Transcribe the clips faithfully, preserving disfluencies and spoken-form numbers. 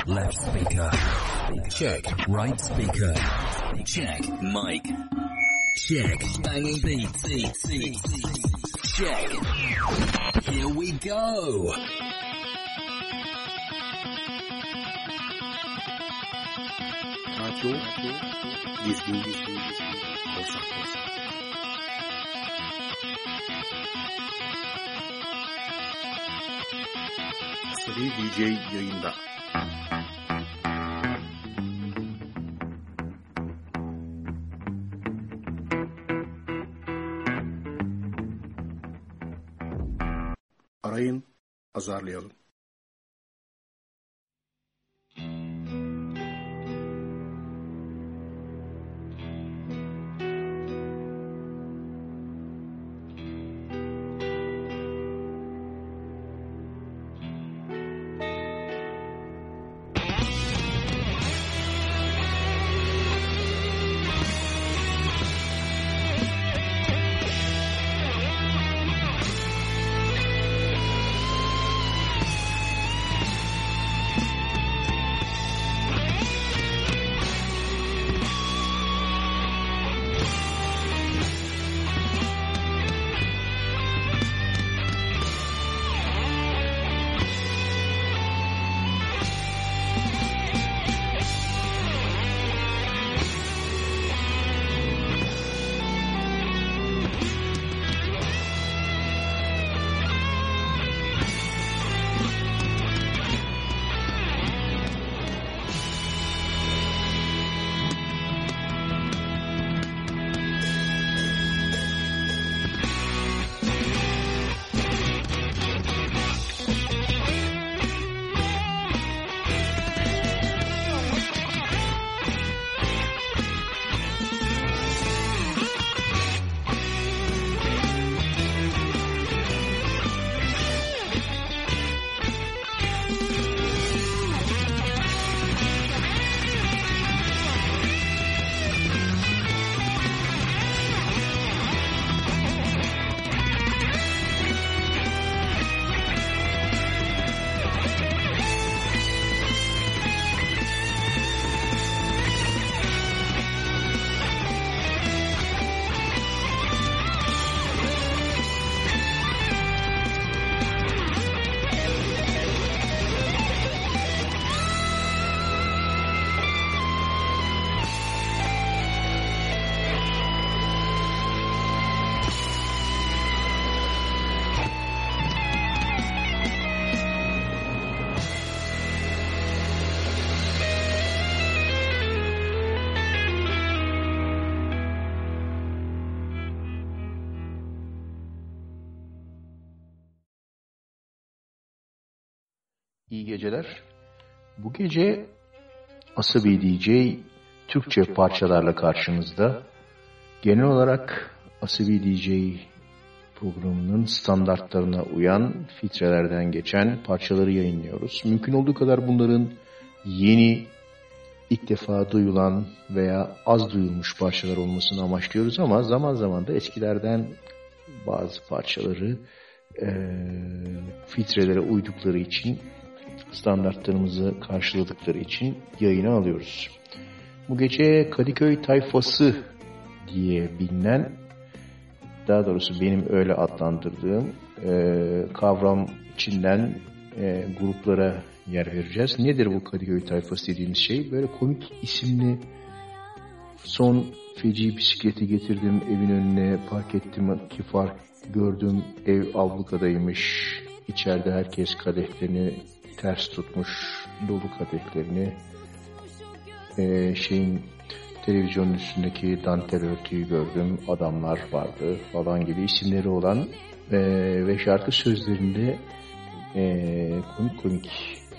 Left speaker. Check. Right speaker. Check. Mic. Check. Banging beats. Check. Here we go. Radyo, dizgin, korsak korsak. Asabi D J yayında. Arayın, azarlayalım. İyi geceler. Bu gece Asabi D J Türkçe parçalarla karşınızda. Genel olarak Asabi D J programının standartlarına uyan, filtrelerden geçen parçaları yayınlıyoruz. Mümkün olduğu kadar bunların yeni, ilk defa duyulan veya az duyulmuş parçalar olmasını amaçlıyoruz ama zaman zaman da eskilerden bazı parçaları e, filtrelere uydukları için, standartlarımızı karşıladıkları için yayına alıyoruz. Bu gece Kadıköy Tayfası diye bilinen, daha doğrusu benim öyle adlandırdığım e, kavram içinden e, gruplara yer vereceğiz. Nedir bu Kadıköy Tayfası dediğimiz şey? Böyle komik isimli, son feci bisikleti getirdim evin önüne park ettim ki fark gördüm ev ablukadaymış. İçeride herkes kadehlerini ters tutmuş, dolu kadehlerini, ee, şeyin televizyonun üstündeki dantel örtüyü gördüm, adamlar vardı falan gibi isimleri olan e, ve şarkı sözlerinde e, komik komik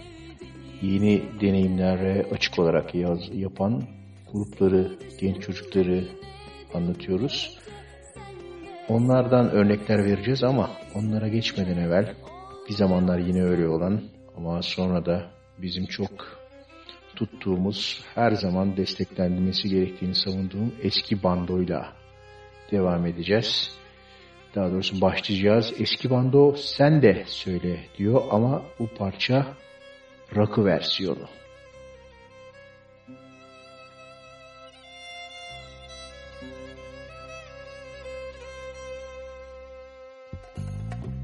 yeni deneyimlere açık olarak yaz, yapan grupları, genç çocukları anlatıyoruz. Onlardan örnekler vereceğiz ama onlara geçmeden evvel bir zamanlar yine öyle olan ama sonra da bizim çok tuttuğumuz, her zaman desteklenmesi gerektiğini savunduğum eski bandoyla devam edeceğiz. Daha doğrusu başlayacağız. Eski bando sen de söyle diyor ama bu parça rock'ı versiyonu.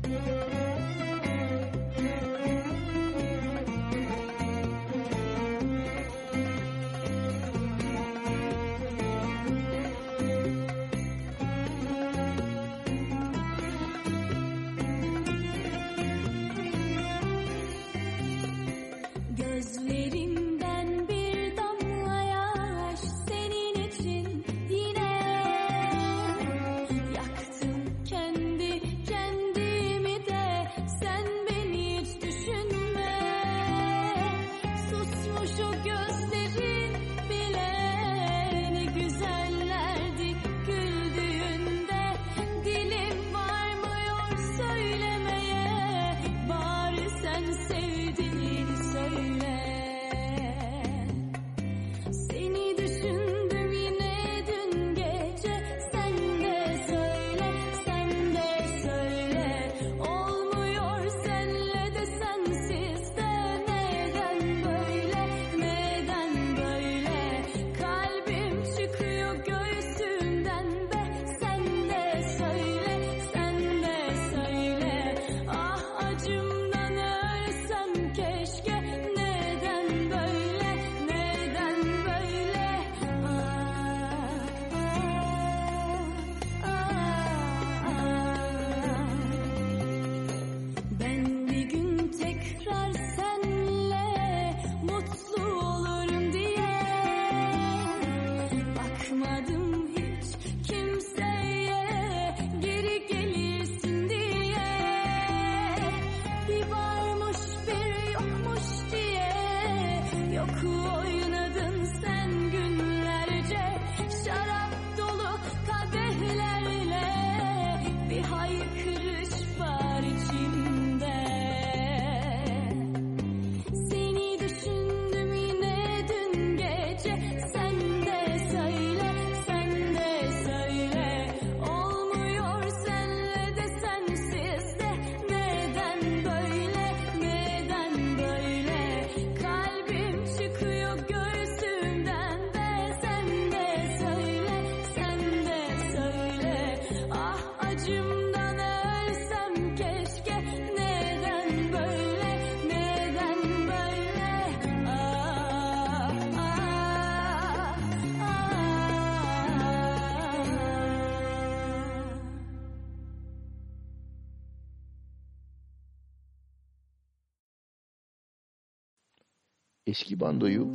Eski bandoyu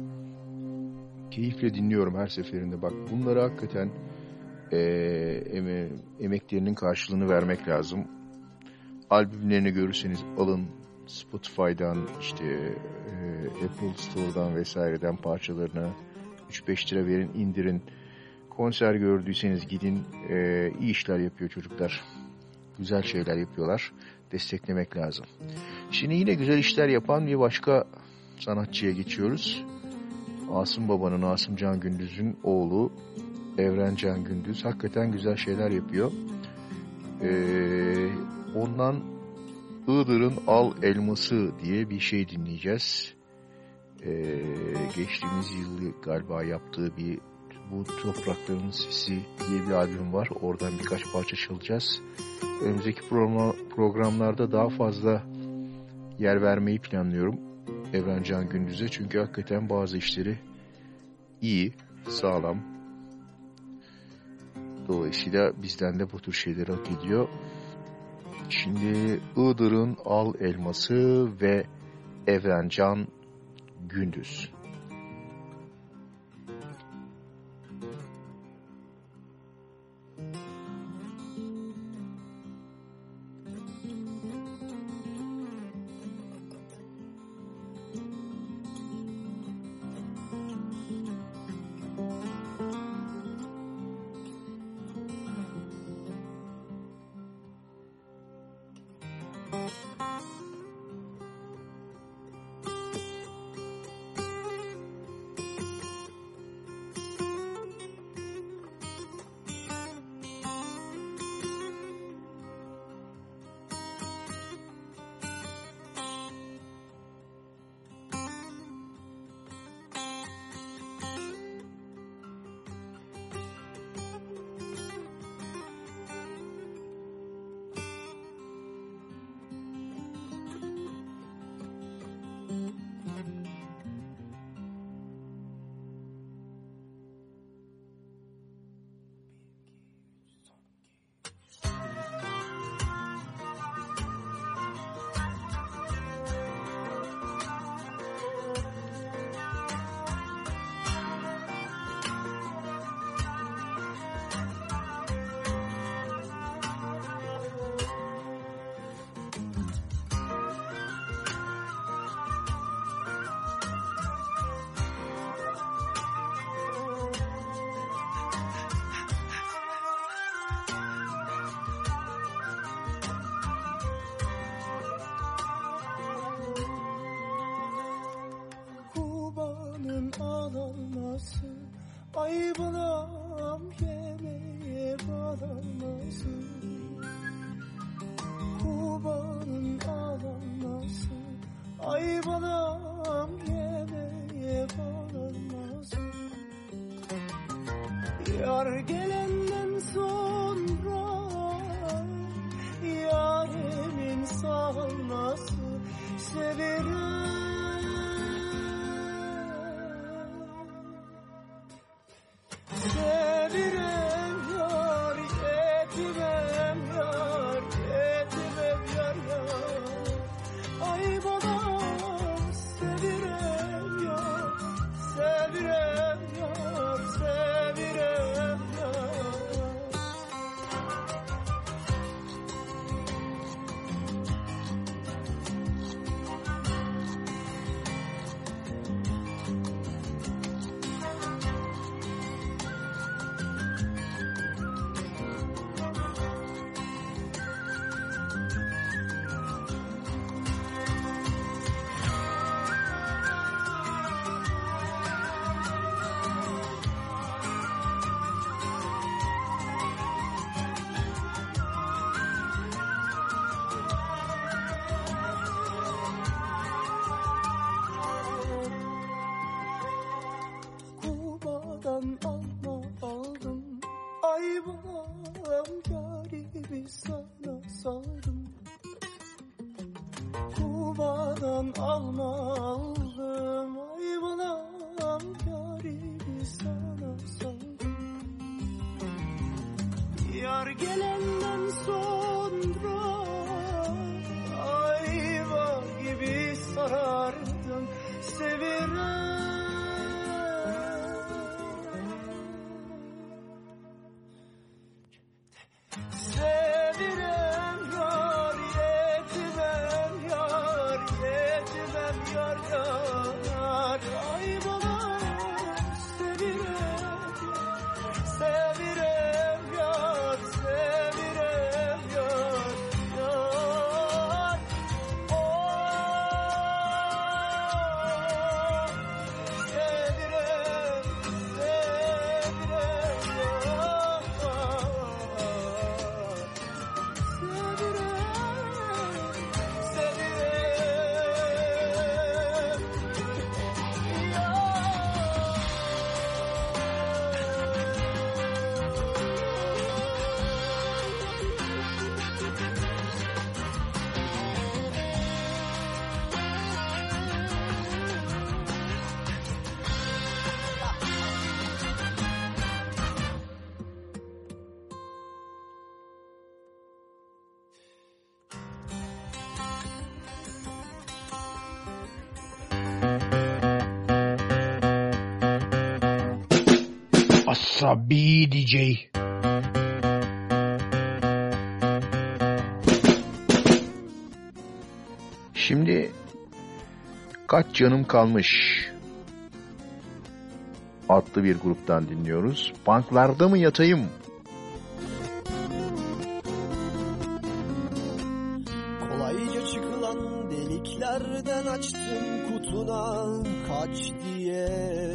keyifle dinliyorum her seferinde. Bak bunları hakikaten e, eme, emeklerinin karşılığını vermek lazım. Albümlerini görürseniz alın Spotify'dan, işte e, Apple Store'dan vesaireden parçalarını üç beş lira verin, indirin. Konser gördüyseniz gidin. E, iyi işler yapıyor çocuklar. Güzel şeyler yapıyorlar. Desteklemek lazım. Şimdi yine güzel işler yapan bir başka sanatçıya geçiyoruz. Asım Baba'nın, Asım Can Gündüz'ün oğlu Evren Can Gündüz. Hakikaten güzel şeyler yapıyor. Ee, ondan Iğdır'ın Al Elması diye bir şey dinleyeceğiz. Ee, geçtiğimiz yıl galiba yaptığı bir Bu Toprakların Sesi diye bir albüm var. Oradan birkaç parça çalacağız. Önümüzdeki programlarda daha fazla yer vermeyi planlıyorum Evren Can Gündüz'e. Çünkü hakikaten bazı işleri iyi, sağlam. Dolayısıyla bizden de bu tür şeyleri hak ediyor. Şimdi Iğdır'ın Al Elması ve Evren Can Gündüz. Yar gelenden sonra yarimin sağlaması severim. Sevirem yar, etmem yar, etmem yar yar. Ay babam sevirem yar, sevirem yar, sevirem yar. Kubadan alma aldım, ay balam yarimi sana saldım. Kubadan alma aldım, ay balam yarimi sana saldım. Yar gelenden sonra ayva gibi sarardım, severim. Sevirem yar, yetmem yar, yetmem yar yar. Ay babam sevirem yar, sevirem yar, sevirem yar yar. Oh, sevirem, sevirem yar. Asabi D J. Şimdi Kaç Canım Kalmış adlı bir gruptan dinliyoruz. Banklarda mı yatayım? Kolayca çıkılan deliklerden açtım kutuna kaç diye.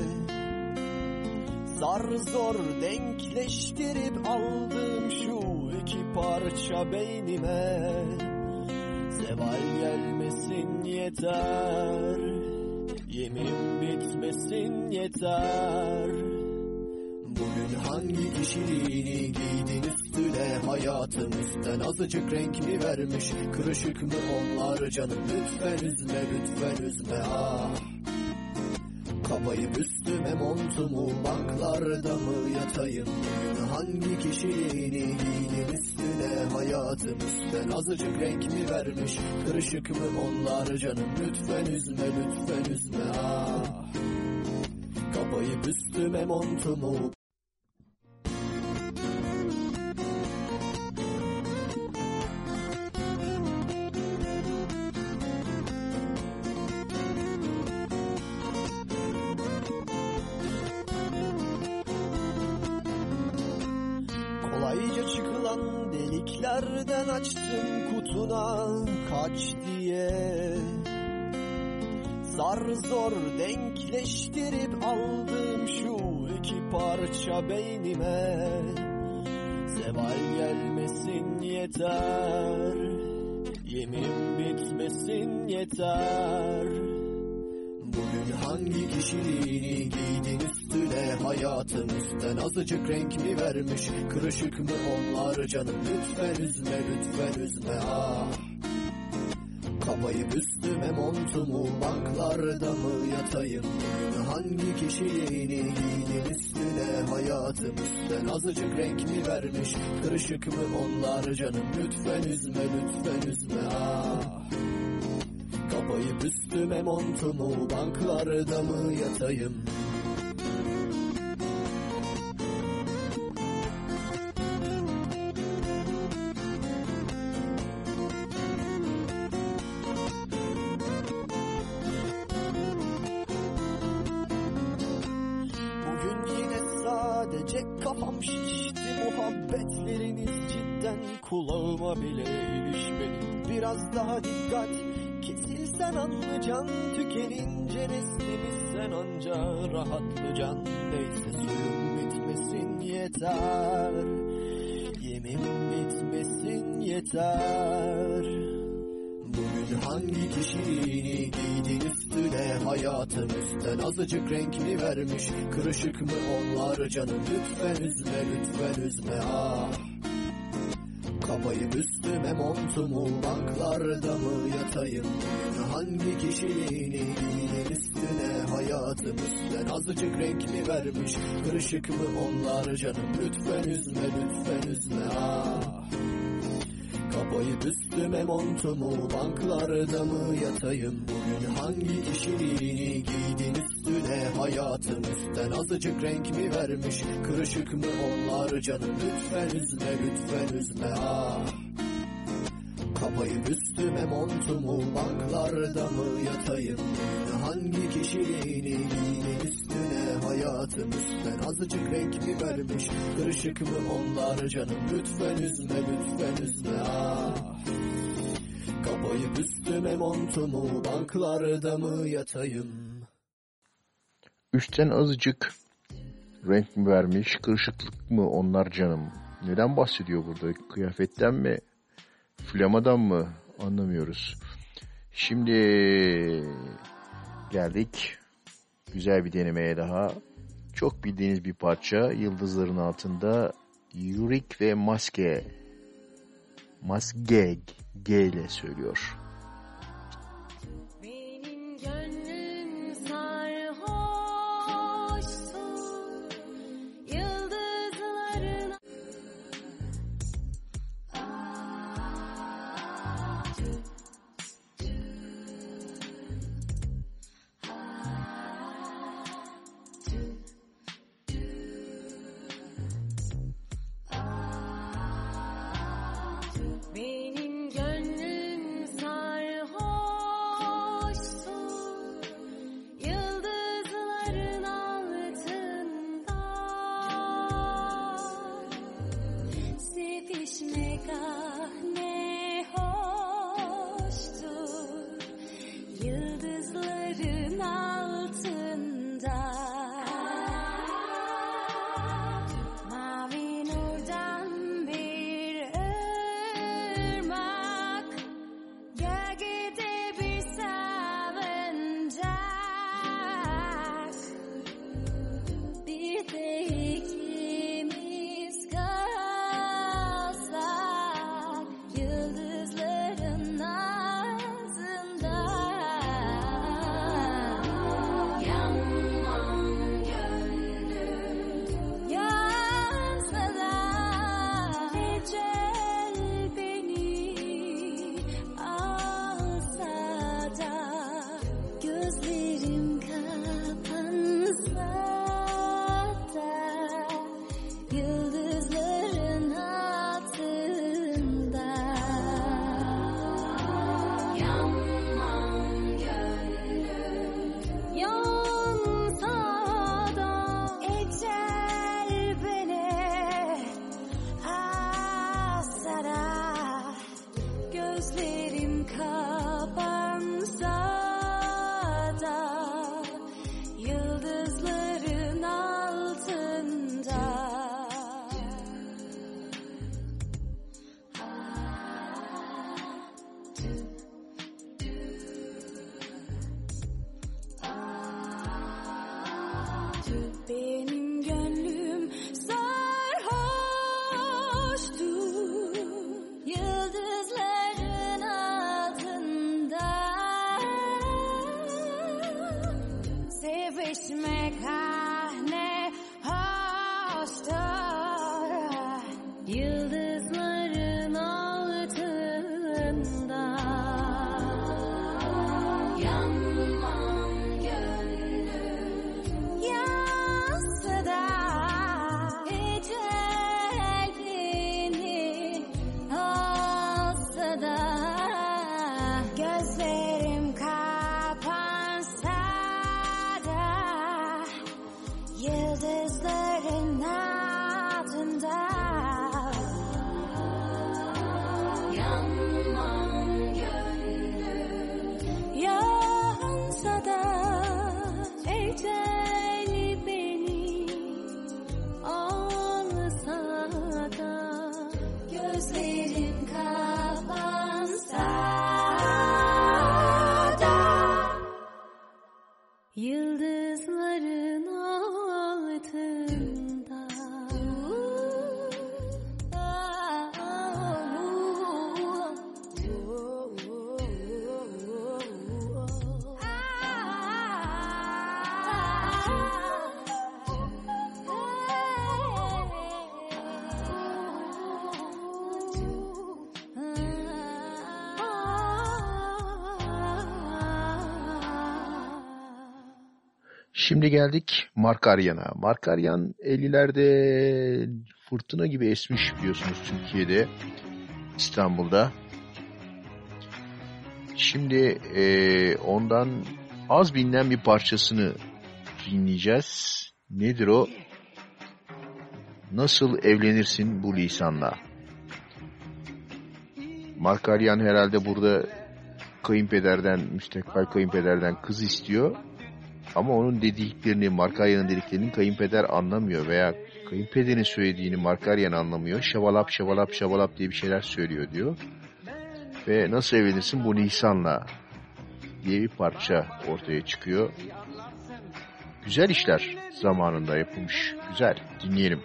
Zar zor denkleştirip aldım şu iki parça beynime. Zeval gelmesin yeter, yemin bitmesin yeter. Bugün hangi kişiliğini giydin üstüne, hayatın üstten azıcık renk mi vermiş? Kırışık mı onlar canım, lütfen üzme lütfen üzme ah. Kapayıp üstüme montumu, banklarda mı yatayım? Bugün hangi kişiliğini giydin üstüne, hayatım üstten azıcık renk mi vermiş? Kırışık mı onlar canım, lütfen üzme lütfen üzme ah. Kapayıp üstüme montumu. Kolayca çıkılan deliklerden açtım kutuna kaç diye. Zar zor denkleştirip aldım şu iki parça beynime. Zeval gelmesin yeter, yemin bitmesin yeter. Bugün Bugün hangi kişiliğini giydin üstüne, hayatın üstten azıcık renk mi vermiş? Kırışık mı onlar canım, lütfen üzme lütfen üzme ah. Kapayıp üstüme montumu, banklarda mı yatayım? Bugün hangi kişiliğini giydin üstüne, hayatım üstten azıcık renk mi vermiş? Kırışık mı onlar canım, lütfen üzme lütfen üzme ah. Kapayıp üstüme montumu, banklarda mı yatayım? Kafam şişti, muhabbetleriniz cidden kulağıma bile ilişmedi. Biraz daha dikkat, kesilsen anlayacaksın. Tükenince neslimiz sen anca rahatlayacaksın. Neyse suyum bitmesin yeter, yemim bitmesin yeter. Bugün hangi kişiliğini giydin üstüne, hayatın üstten azıcık renk mi vermiş? Kırışık mı onlar canım, lütfen üzme lütfen üzme ah. Kapayıp üstüme montumu, banklarda mı yatayım? Bugün hangi kişiliğini giydin üstüne, hayatın üstten azıcık renk mi vermiş? Kırışık mı onlar canım, lütfen üzme lütfen üzme ah. Kapayıp üstüme montumu, banklarda mı yatayım? Bugün hangi kişiliğini giydin üstüne, hayatın üstten azıcık renk mi vermiş? Kırışık mı onlar canım, lütfen üzme lütfen üzme ah. Kapayıp üstüme montumu, banklarda mı yatayım? Bugün hangi kişiliğini giydin üstüne, hayatın üstten azıcık renk mi vermiş? Kırışık mı onlar canım, lütfen üzme lütfen üzme ah. Kapayıp üstüme montumu, banklarda mı yatayım? Üstten azıcık renk mi vermiş, kırışıklık mı onlar canım? Neden bahsediyor burada? Kıyafetten mi? Flamadan mı? Anlamıyoruz. Şimdi geldik güzel bir denemeye daha. Çok bildiğiniz bir parça. Yıldızların altında Yurik ve Maske. Maske G ile söylüyor. Benim gönlüm sarhoştu, yıldızların benim gönlüm sarhoştu, yıldızların altında sevişmek ah ne hoştur, yıldızların altında. Mavi nurdan bir ırmak, gölgede bir salıncak, bir de ikimiz kalsak yıldızların altında. Yanmam gönlüm yansa da, ecel beni alsa da, gözlerim kapansa da, yıldızların altında. Yanmam gönlüm yansa da, ecel beni alsa da, gözlerim kapansa da, yıldızların altında. Ah, Benim gönlüm sarhoştu yıldızların altında. Sevişmek ah ne hoştur yıldızların altında. Yanmam gönlüm yansa da ecel beni alsa da gözlerim kapansa da yıldızların altında. Yanmam gönlüm yansa da ecel beni alsa da gözlerim kapansa da yıldızların altında. Şimdi geldik Markaryan'a. Markaryan ellilerde fırtına gibi esmiş biliyorsunuz Türkiye'de, İstanbul'da. Şimdi e, ondan az bilinen bir parçasını dinleyeceğiz. Nedir o? Nasıl evlenirsin bu lisanla? Markaryan herhalde burada kayınpederden, müstakbel kayınpederden kız istiyor. Ama onun dediklerini, Markaryan'ın dediklerini kayınpeder anlamıyor veya kayınpederin söylediğini Markaryan anlamıyor. Şabalap şabalap şabalap diye bir şeyler söylüyor diyor. Ve nasıl evlenirsin bu Nisan'la diye bir parça ortaya çıkıyor. Güzel işler zamanında yapılmış. Güzel. Dinleyelim.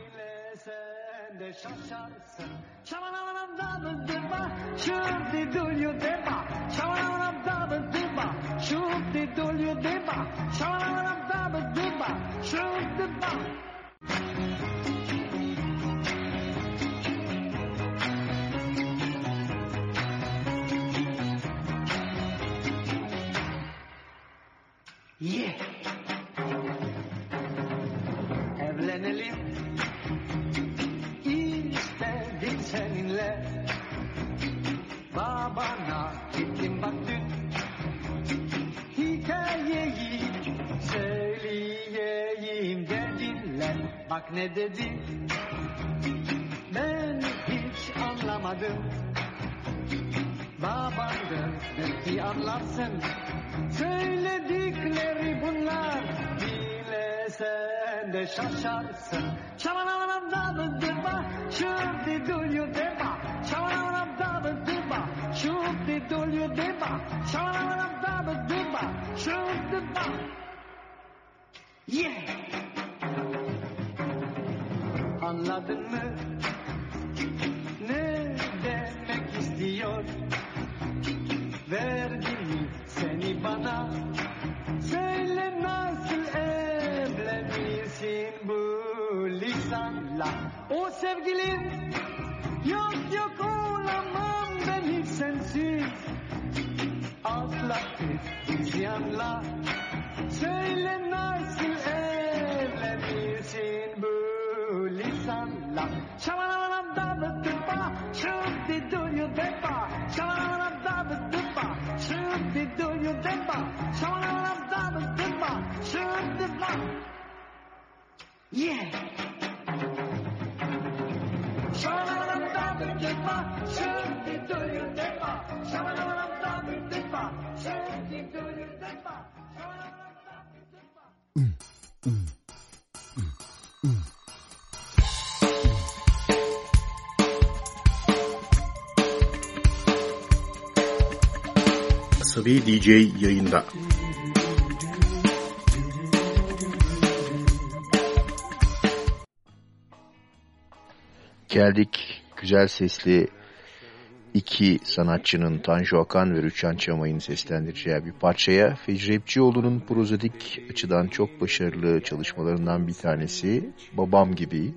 Yeah. Evlenelim. İstedik seninle. Babana gittim bak dün. Hikayeyi söyleyeyim de dinle. Bak ne dedi. Ben hiç anlamadım. Babandır belki anlarsın. Söyledikleri bunlar. Bile sen de şaşarsın. Şamanam damı dırma. Şurdi dulyu dema. Şamanam damı dırma. Şurdi dulyu dema. Şamanam damı dırma. Şurdi dırma. Yeah. Anladın mı? Ne demek istiyor? Verdim seni bana. Söyle nasıl evlenirsin bu lisanla? O sevgilim yok yok olamam ben hiç sensiz. Atlattık isyanla. Söyle nasıl evlenirsin bu lisanla? Şamanam damı tıpa. Şurdi duyu depa. Şamanam damı tıpa. Şurdi duyu depa. Şamanam damı tıpa. Şurdi depa. Yeah. Şamanam damı tıpa. Şurdi duyu depa. Şamanam damı tıpa. Şurdi duyu depa. Şamanam damı tıpa. Asabi D J yayında. Geldik güzel sesli iki sanatçının, Tanju Okan ve Rüçhan Çamay'ın seslendireceği bir parçaya. Fecri Repçioğlu'nun prozodik açıdan çok başarılı çalışmalarından bir tanesi Babam Gibi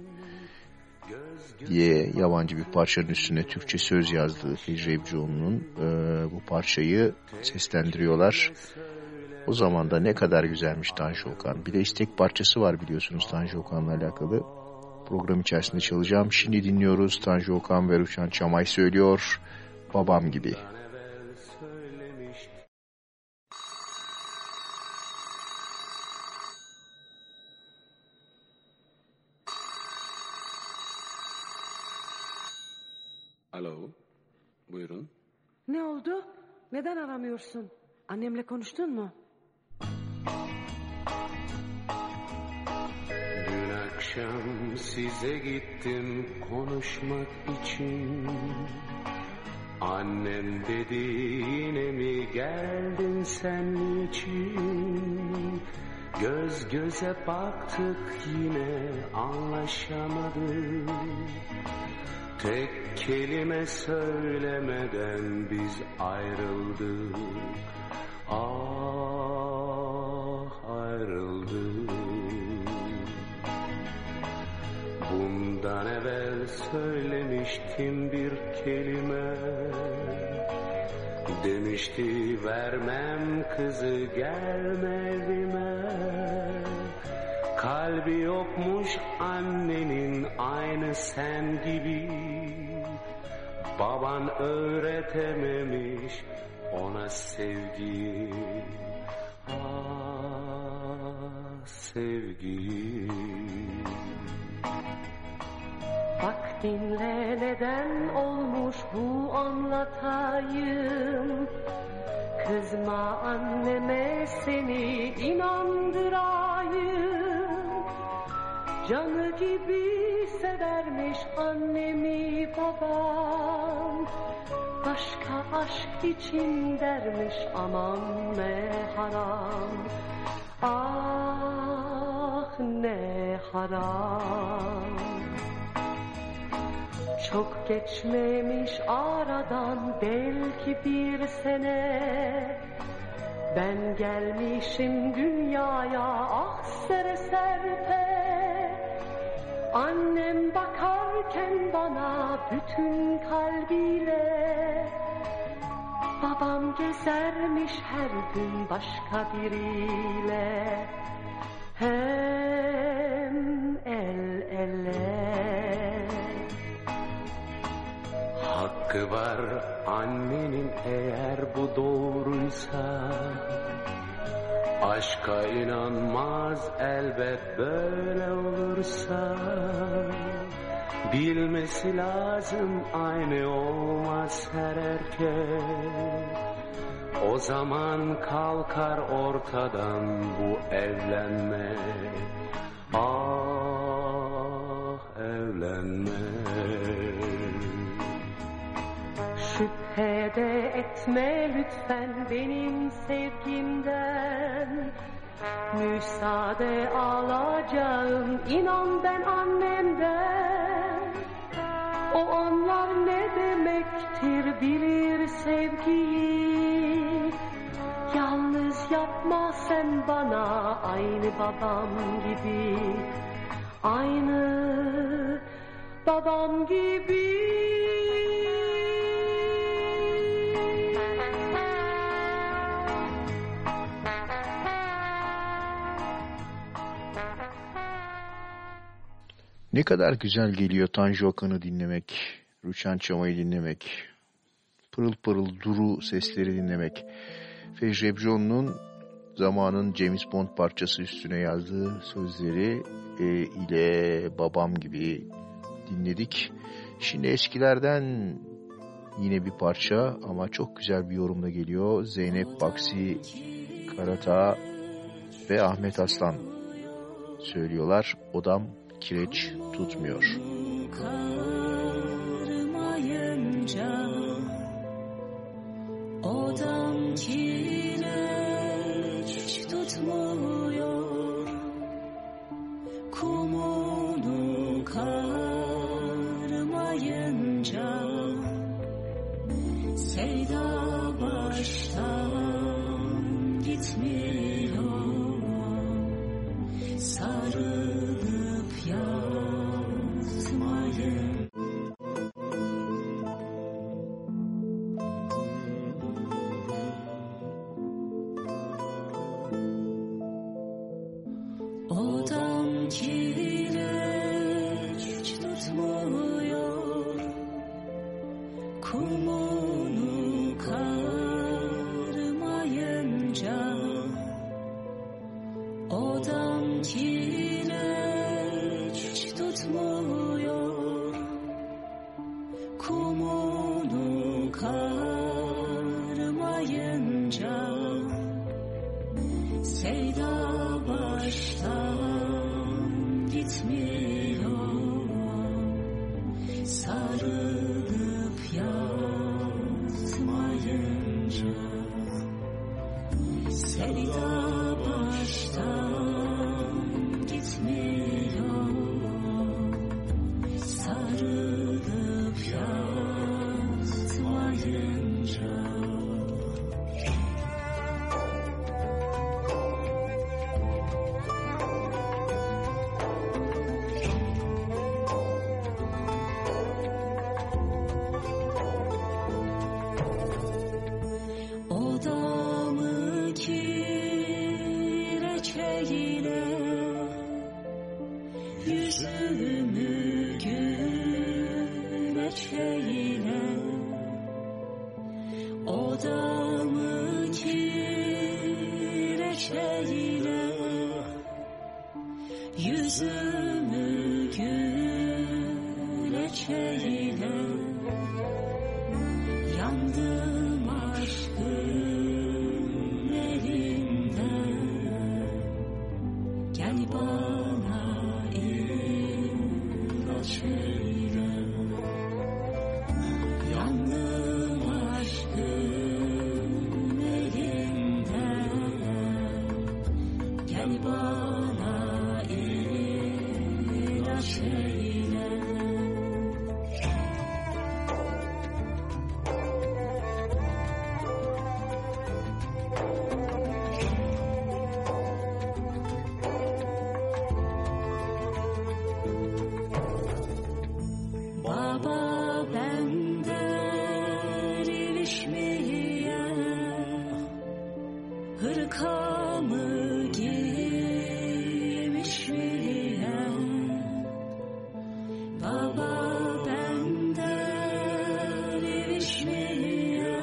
diye yabancı bir parçanın üstüne Türkçe söz yazdığı Fecri Repçioğlu'nun e, bu parçayı seslendiriyorlar. O zaman da ne kadar güzelmiş Tanju Okan. Bir de istek parçası var biliyorsunuz Tanju Okan'la alakalı. Program içerisinde çalacağım. Şimdi dinliyoruz. Tanju Okan ve Rüçhan Çamay söylüyor. Babam Gibi. Alo, buyurun. Ne oldu? Neden aramıyorsun? Annemle konuştun mu? Dün akşam size gittim konuşmak için. Annem dedi yine mi geldin sen için? Göz göze baktık yine anlaşamadık. Tek kelime söylemeden biz ayrıldık. Ah ayrıldık. Bundan evvel söylemiştim bir kelime. Demişti vermem kızı gelme evime. Kalbi yokmuş annenin aynı sen gibi. Baban öğretememiş ona sevgi. Ah sevgi. Bak dinle neden olmuş bu anlatayım. Kızma anneme seni inandırayım. Canı gibi severmiş annemi babam. Başka aşk için dermiş aman ne haram. Ah ne haram. Çok geçmemiş aradan belki bir sene. Ben gelmişim dünyaya ah sere serpe. Annem bakarken bana bütün kalbiyle. Babam gezermiş her gün başka biriyle. Hem el ele. Hakkı var annenin eğer bu doğruysa. Aşka inanmaz elbet böyle olursa. Bilmesi lazım aynı olmaz her erkek. O zaman kalkar ortadan bu evlenme. Ah evlenme. Şüphe de etme lütfen benim sevgimden. Müsaade alacağım inan ben annemden. O anlar ne demektir bilir sevgiyi. Yalnız yapma sen bana aynı babam gibi. Aynı babam gibi. Ne kadar güzel geliyor Tanju Okan'ı dinlemek, Rüçhan Çamay'ı dinlemek, pırıl pırıl duru sesleri dinlemek. Fecri Repçioğlu'nun zamanın James Bond parçası üstüne yazdığı sözleri e, ile Babam Gibi dinledik. Şimdi eskilerden yine bir parça ama çok güzel bir yorumla geliyor. Zeynep Baksi Karata ve Ahmet Aslan söylüyorlar. Odam kireç tutmuyor. Karmayınca odam kireç tutmuyor. Kumunu karmayınca tutmayınca sevda baştan gitmiyor. Sarılıp yatmayınca sevda baştan gitmiyor. Sarılıp yatmayınca. Odamı kireçeyle, yüzümü güneşeyle. Odamı kireçeyle, yüzümü güneşeyle. Yandım aşkın elinden, gel bana ilaç eyle. Yandım aşkın elinden, gel bana ilaç eyle. Baba benden ilişmeye hırkamı giymiş miyim? Baba benden ilişmeye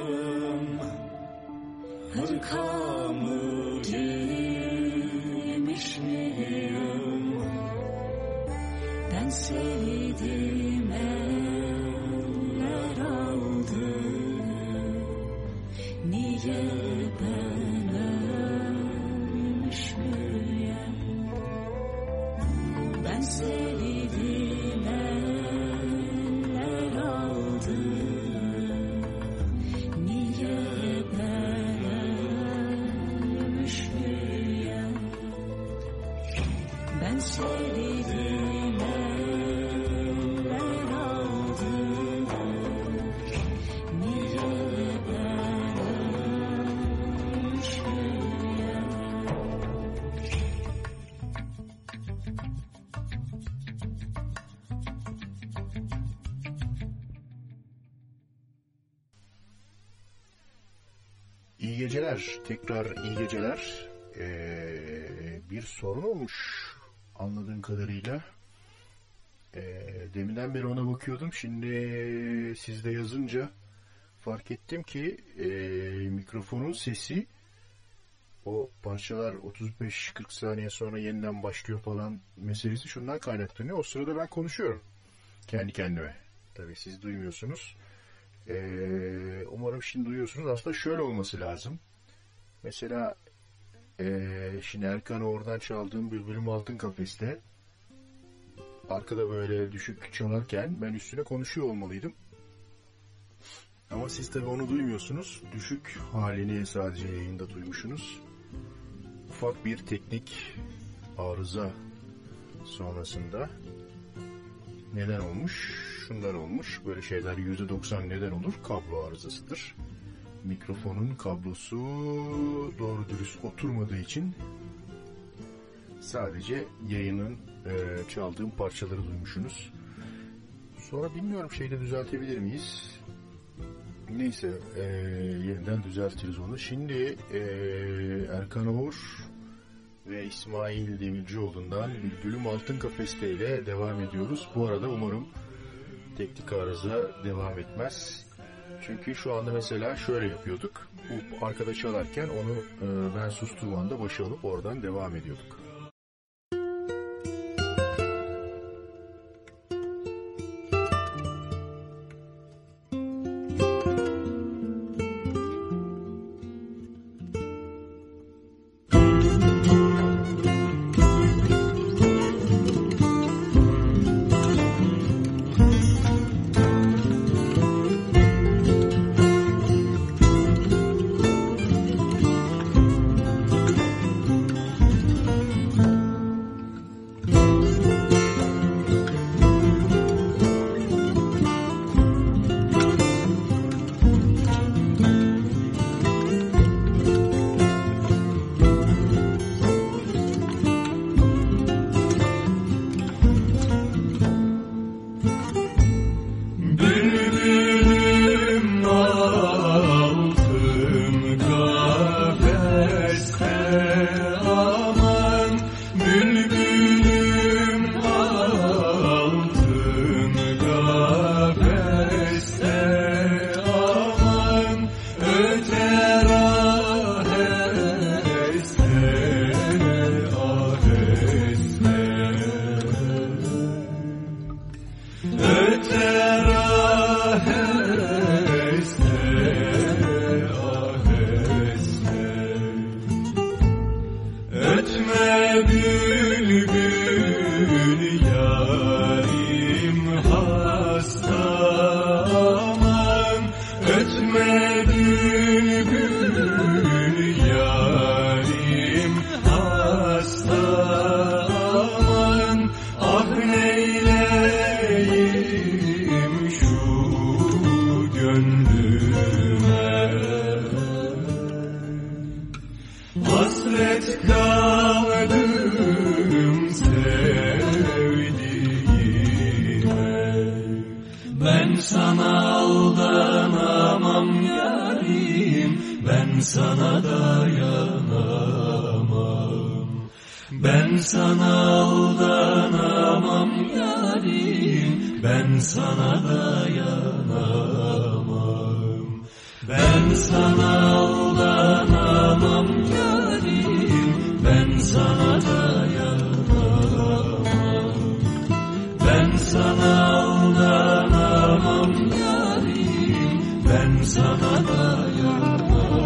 hırkamı giymiş miyim? Ben sevdim eller aldı, niye ben ölmüş müyüm? Ben sevdim eller aldı, niye ben ölmüş müyüm? Ben sevdim eller aldı, niye ben ölmüş müyüm? İyi geceler. Tekrar iyi geceler. Ee, bir sorun olmuş anladığım kadarıyla. Ee, deminden beri ona bakıyordum. Şimdi siz de yazınca fark ettim ki e, mikrofonun sesi, o parçalar otuz beş kırk saniye sonra yeniden başlıyor falan meselesi şundan kaynaklanıyor. O sırada ben konuşuyorum kendi kendime. Tabii siz duymuyorsunuz. Ee, umarım şimdi duyuyorsunuz. Aslında şöyle olması lazım. Mesela ee, şimdi Erkan'ı oradan çaldığım Bülbülüm Altın Kafeste arkada böyle düşük çalarken ben üstüne konuşuyor olmalıydım. Ama siz tabii onu duymuyorsunuz. Düşük halini sadece yayında duymuşsunuz. Ufak bir teknik arıza sonrasında neden olmuş? Şundan olmuş. Böyle şeyler yüzde doksan neden olur? Kablo arızasıdır. Mikrofonun kablosu doğru dürüst oturmadığı için sadece yayının e, çaldığım parçaları duymuşsunuz. Sonra bilmiyorum, şeyde düzeltebilir miyiz? Neyse e, yeniden düzeltiriz onu. Şimdi e, Erkan Oğur ve İsmail Demircioğlu'ndan Bülbülüm Altın Kafeste ile devam ediyoruz. Bu arada umarım teknik arıza devam etmez. Çünkü şu anda mesela şöyle yapıyorduk. Bu arkada çalarken onu e, ben sustuğum anda başa alıp oradan devam ediyorduk. öter aheste, aheste, öter aheste, aheste, ötme bülbül yarim hasta, aman ötme bülbül yarim hasta, aman ah neyleyim şu gönlüme, hasret kaldım sevdiğime. Ben sana aldanamam yarim, ben sana dayanamam. Ben sana aldanamam yarim, ben sana dayanamam. Ben sana aldanamam yarim, ben sana dayanamam. Ben sana aldanamam yarim, ben sana dayanamam.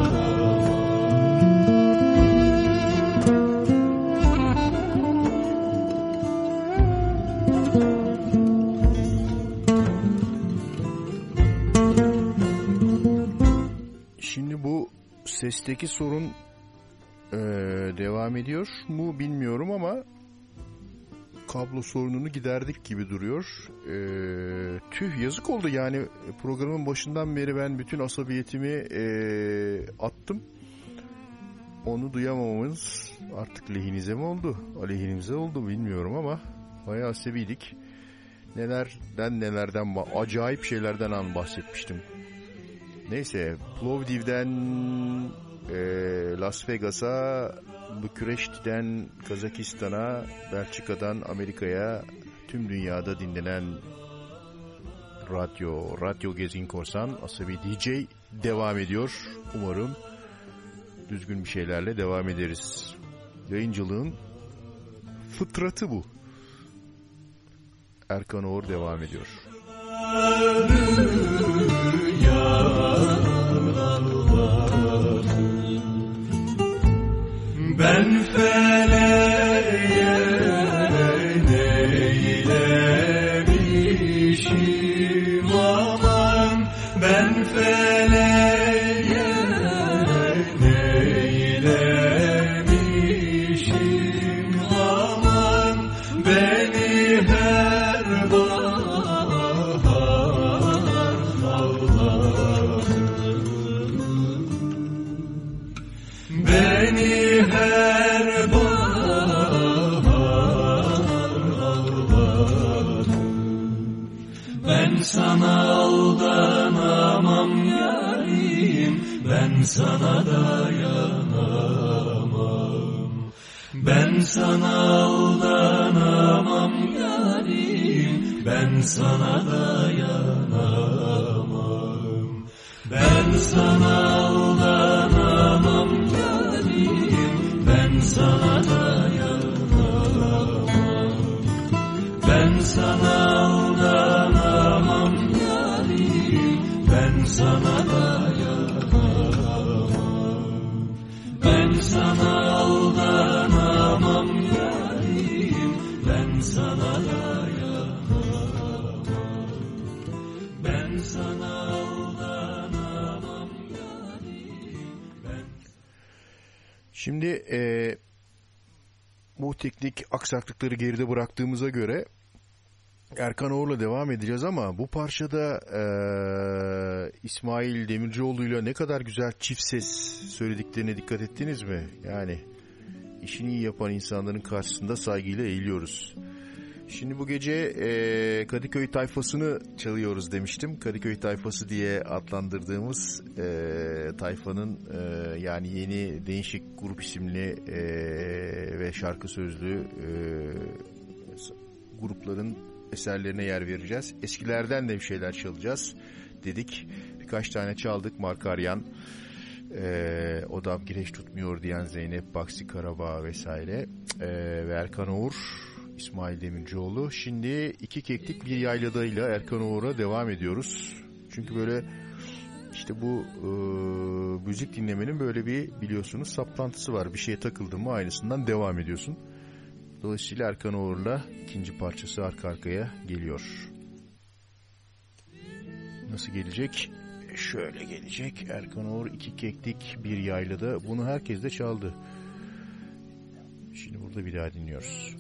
Şimdi bu sesteki sorun ee, devam ediyor mu bilmiyorum ama kablo sorununu giderdik gibi duruyor. Ee, tüh yazık oldu yani, programın başından beri ben bütün asabiyetimi ee, attım. Onu duyamamamız artık lehinize mi oldu, aleyhinize oldu bilmiyorum ama bayağı asabiydik. Nelerden nelerden, acayip şeylerden an bahsetmiştim. Neyse, Plovdiv'den e, Las Vegas'a, Bükreşti'den Kazakistan'a, Belçika'dan Amerika'ya, tüm dünyada dinlenen radyo, Radyo Gezgin Korsan, Asabi D J devam ediyor. Umarım düzgün bir şeylerle devam ederiz. Yayıncılığın fıtratı bu. Erkan Oğur devam ediyor. Ben feleğe neylemişim aman, ben feleğe neylemişim aman, beni her bahar ağlatır, beni her bahar ağlatır. Ben sana aldanamam yarim, ben sana dayanamam. Ben sana aldanamam yarim, ben sana dayanamam. Ben sana aldanamam yarim, ben sana dayanamam. Ben sana aldanamam yarim, ben sana dayanamam. Ben sana aldanamam yarim, ben sana dayanamam. Ben sana aldanamam yarim, ben... Şimdi e, bu teknik aksaklıkları geride bıraktığımıza göre Erkan Oğur'la devam edeceğiz ama bu parçada e, İsmail Demircioğlu'yla ne kadar güzel çift ses söylediklerine dikkat ettiniz mi? Yani işini iyi yapan insanların karşısında saygıyla eğiliyoruz. Şimdi bu gece e, Kadıköy tayfasını çalıyoruz demiştim. Kadıköy tayfası diye adlandırdığımız e, tayfanın e, yani yeni değişik grup isimli e, ve şarkı sözlü e, grupların eserlerine yer vereceğiz. Eskilerden de bir şeyler çalacağız dedik. birkaç tane çaldık. Markaryan, e, Odam Gireç Tutmuyor diyen Zeynep, Baksi Karabağ vesaire. E, ve Erkan Oğur, İsmail Demircioğlu. Şimdi iki keklik bir yayladayla Erkan Oğur'a devam ediyoruz. Çünkü böyle işte bu e, müzik dinlemenin böyle bir biliyorsunuz saplantısı var. Bir şeye takıldın mı aynısından devam ediyorsun. Dolayısıyla Erkan Oğur'la ikinci parçası arka arkaya geliyor. Nasıl gelecek? Şöyle gelecek. Erkan Oğur iki keklik bir yaylada. Bunu herkes de çaldı. Şimdi burada bir daha dinliyoruz.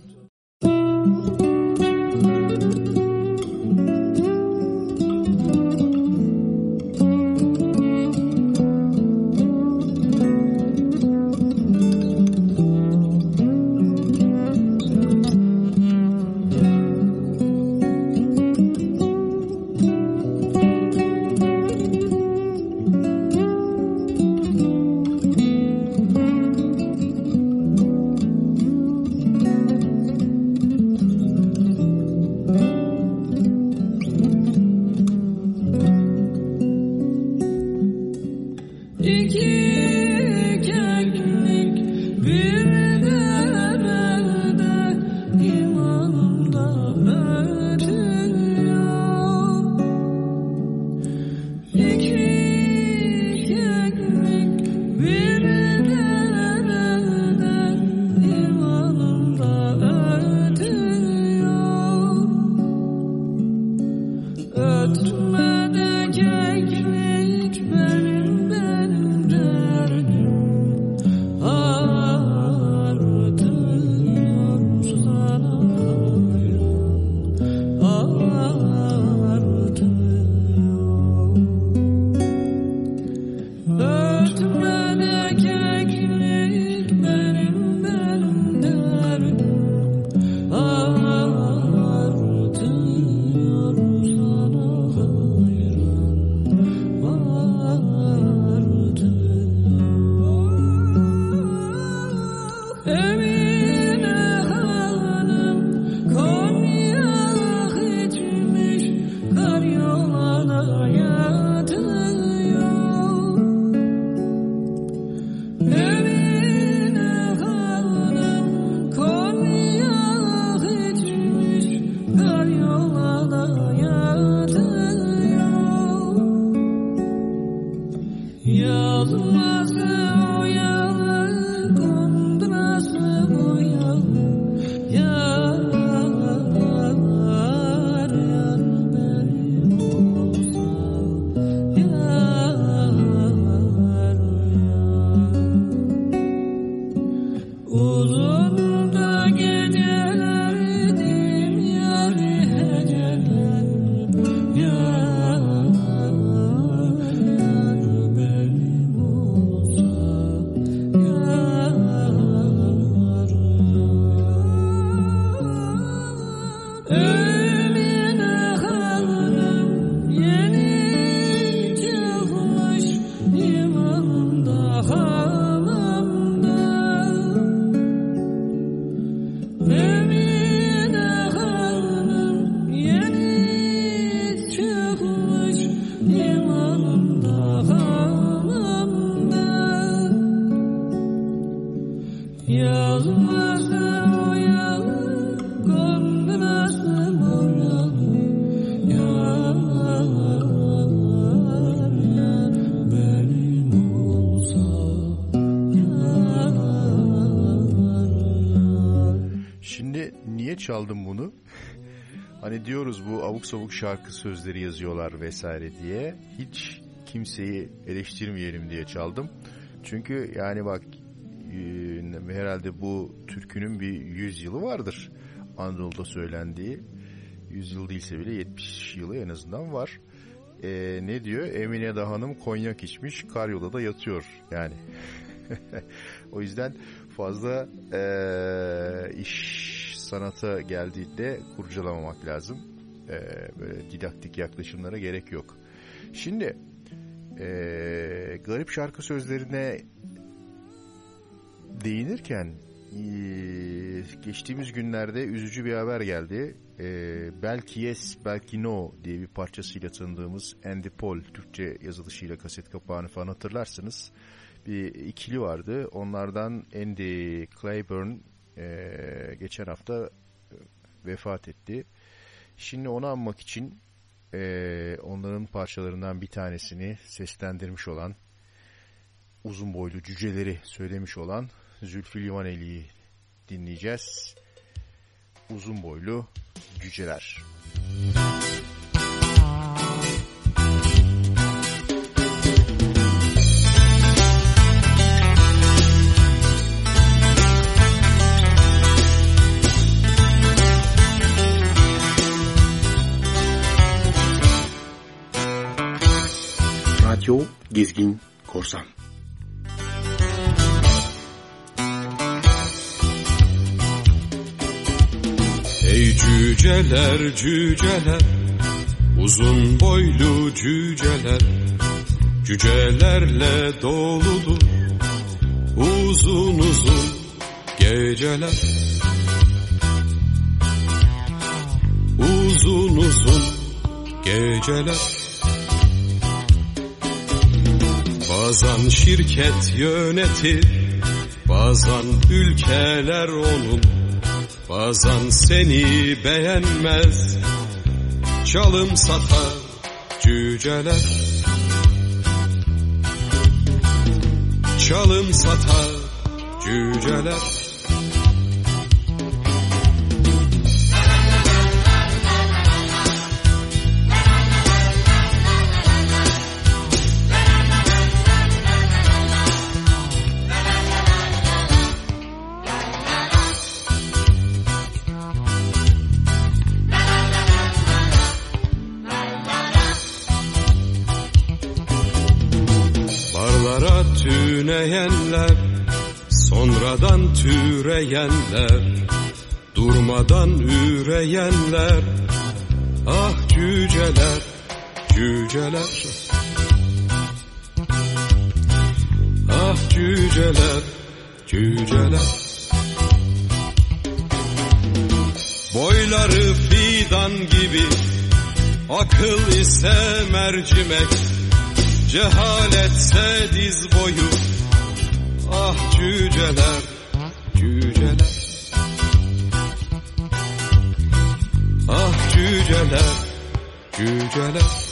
Çaldım bunu. Hani diyoruz bu abuk sabuk şarkı sözleri yazıyorlar vesaire diye. Hiç kimseyi eleştirmeyelim diye çaldım. Çünkü yani bak e, herhalde bu türkünün bir yüz yılı vardır. Anadolu'da söylendiği. yüz yıl değilse bile yetmiş yılı en azından var. E, ne diyor? Emine Dağ Hanım konyak içmiş, karyolada yatıyor. Yani. O yüzden fazla e, iş sanata geldiğinde kurcalamamak lazım. Ee, böyle didaktik yaklaşımlara gerek yok. Şimdi e, garip şarkı sözlerine değinirken e, geçtiğimiz günlerde üzücü bir haber geldi. e, belki yes belki no diye bir parçasıyla tanıdığımız Andy Paul, Türkçe yazılışıyla kaset kapağını falan hatırlarsınız. Bir ikili vardı. Onlardan Andy Claiborne e, geçen hafta vefat etti. Şimdi onu anmak için e, onların parçalarından bir tanesini seslendirmiş olan, uzun boylu cüceleri söylemiş olan Zülfü Livaneli'yi dinleyeceğiz. Uzun boylu cüceler. Radyo Gezgin Korsan. Ey cüceler cüceler, uzun boylu cüceler, cücelerle doludur uzun uzun geceler. Uzun uzun geceler. Bazen şirket yönetir, bazen ülkeler onun, bazen seni beğenmez, çalım satar cüceler. Çalım satar cüceler. Tüneyenler, sonradan türeyenler, durmadan üreyenler, ah cüceler, cüceler, ah cüceler, cüceler. Boyları fidan gibi, akıl ise mercimek, cehaletse diz boyu, ah cüceler, cüceler, ah cüceler, cüceler.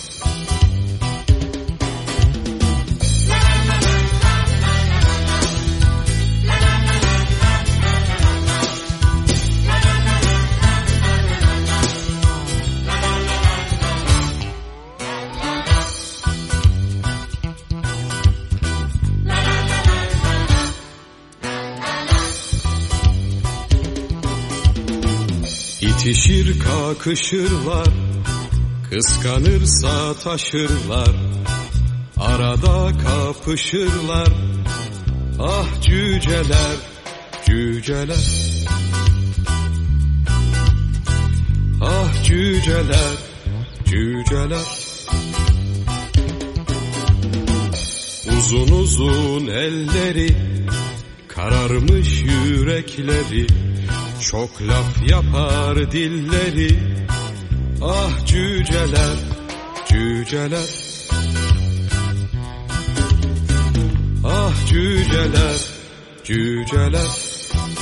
İtişir kakışırlar, kıskanırsa taşırlar, arada kapışırlar, ah cüceler, cüceler, ah cüceler, cüceler. Uzun uzun elleri, kararmış yürekleri, çok laf yapar dilleri, ah cüceler, cüceler, ah cüceler, cüceler.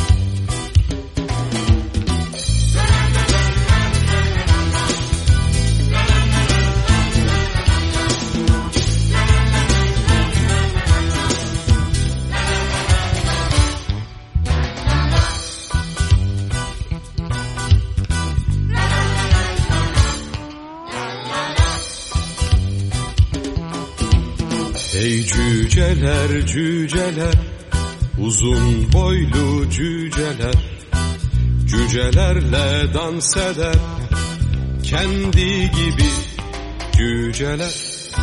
Ey cüceler cüceler, uzun boylu cüceler, cücelerle dans eder, kendi gibi cüceler,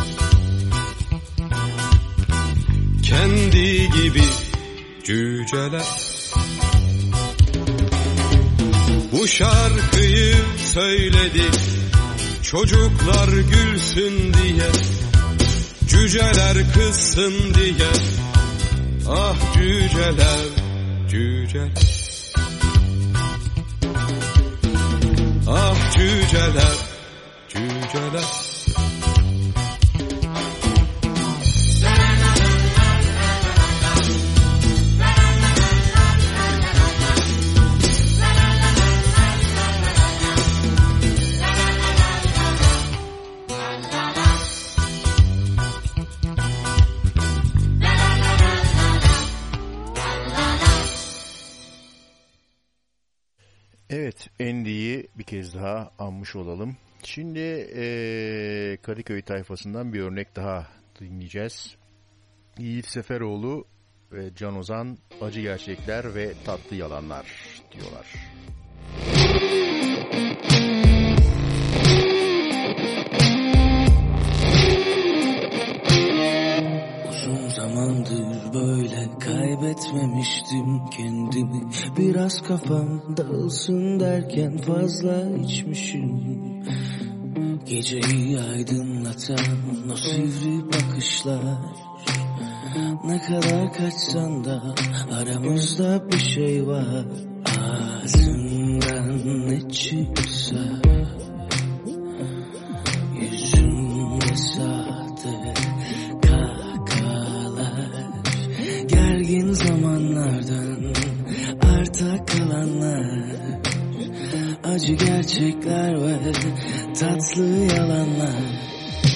kendi gibi cüceler. Bu şarkıyı söyledik, çocuklar gülsün diye, cüceler kızsın diye, ah cüceler, cüceler, ah cüceler, cüceler. Evet, Andy'yi bir kez daha anmış olalım. Şimdi ee, Kadıköy tayfasından bir örnek daha dinleyeceğiz. Yiğit Seferoğlu ve Can Ozan, acı gerçekler ve tatlı yalanlar diyorlar. Uzun zamandır böyle kaybetmemiştim kendimi. Biraz kafam dağılsın derken fazla içmişim. Geceyi aydınlatan o sivri bakışlar, ne kadar kaçsan da aramızda bir şey var. Ağzımdan ne çıksa yüzümde sahte kahkahalar, gergin zamanlardan arta kalanlar, acı gerçekler ve tatlı yalanlar.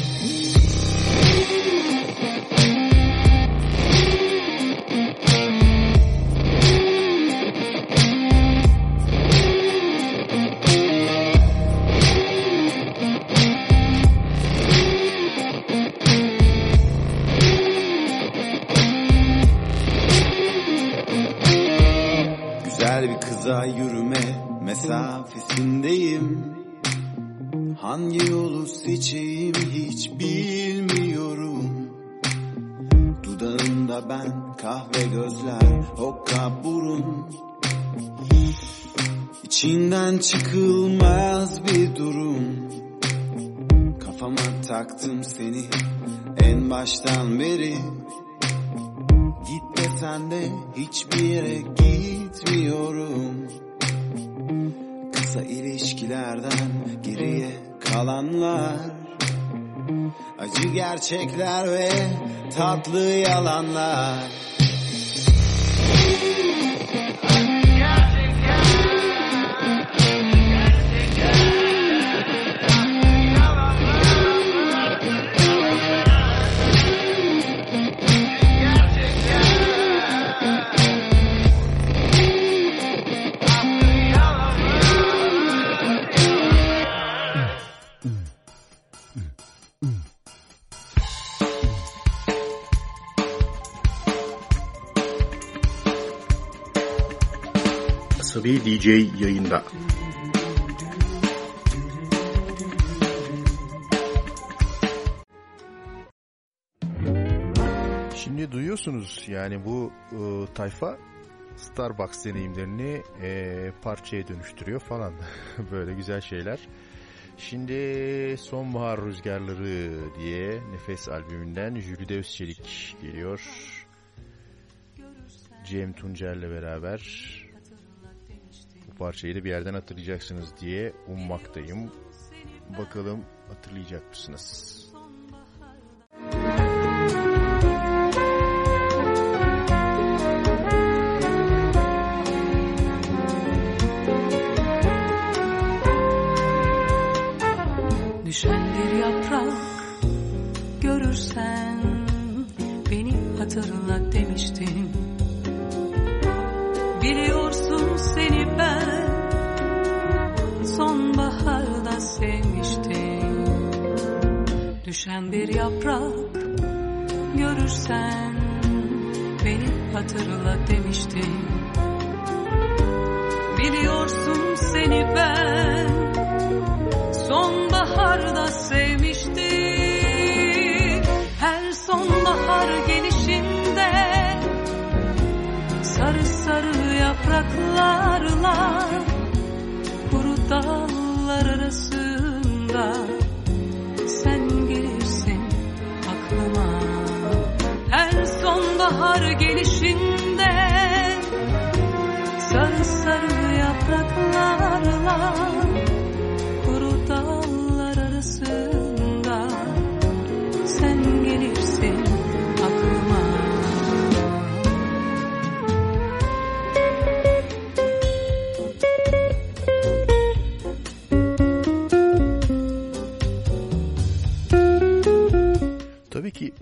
Güzel bir kıza yürüme mesafesindeyim. Hangi yolu seçeyim hiç bilmiyorum. Dudağımda ben, kahve gözler, hokka burun. İçinden çıkılmaz bir durum. Kafama taktım seni en baştan beri. Git desen de hiçbir yere gitmiyorum. Kısa ilişkilerden geriye kalanlar, acı gerçekler ve tatlı yalanlar. Asabi D J yayında. Şimdi duyuyorsunuz yani bu e, tayfa Starbucks deneyimlerini e, parçaya dönüştürüyor falan. Böyle güzel şeyler. Şimdi Sonbahar Rüzgarları diye Nefes albümünden Jülide Özçelik geliyor. Cem Tuncer'le beraber. Bu parçayı da bir yerden hatırlayacaksınız diye ummaktayım. Bakalım hatırlayacak mısınız? Düşen bir yaprak görürsen beni hatırla demiştim. Biliyorsun seni ben sonbaharda sevmiştim. Düşen bir yaprak görürsen beni hatırla demiştim. Biliyorsun seni ben sonbaharda sevmiştim. Her sonbahar gelişinde sarı sarı yapraklarla kuru dallar arasında sen gelirsin aklıma. Her sonbahar gelişinde sarı sarı yapraklarla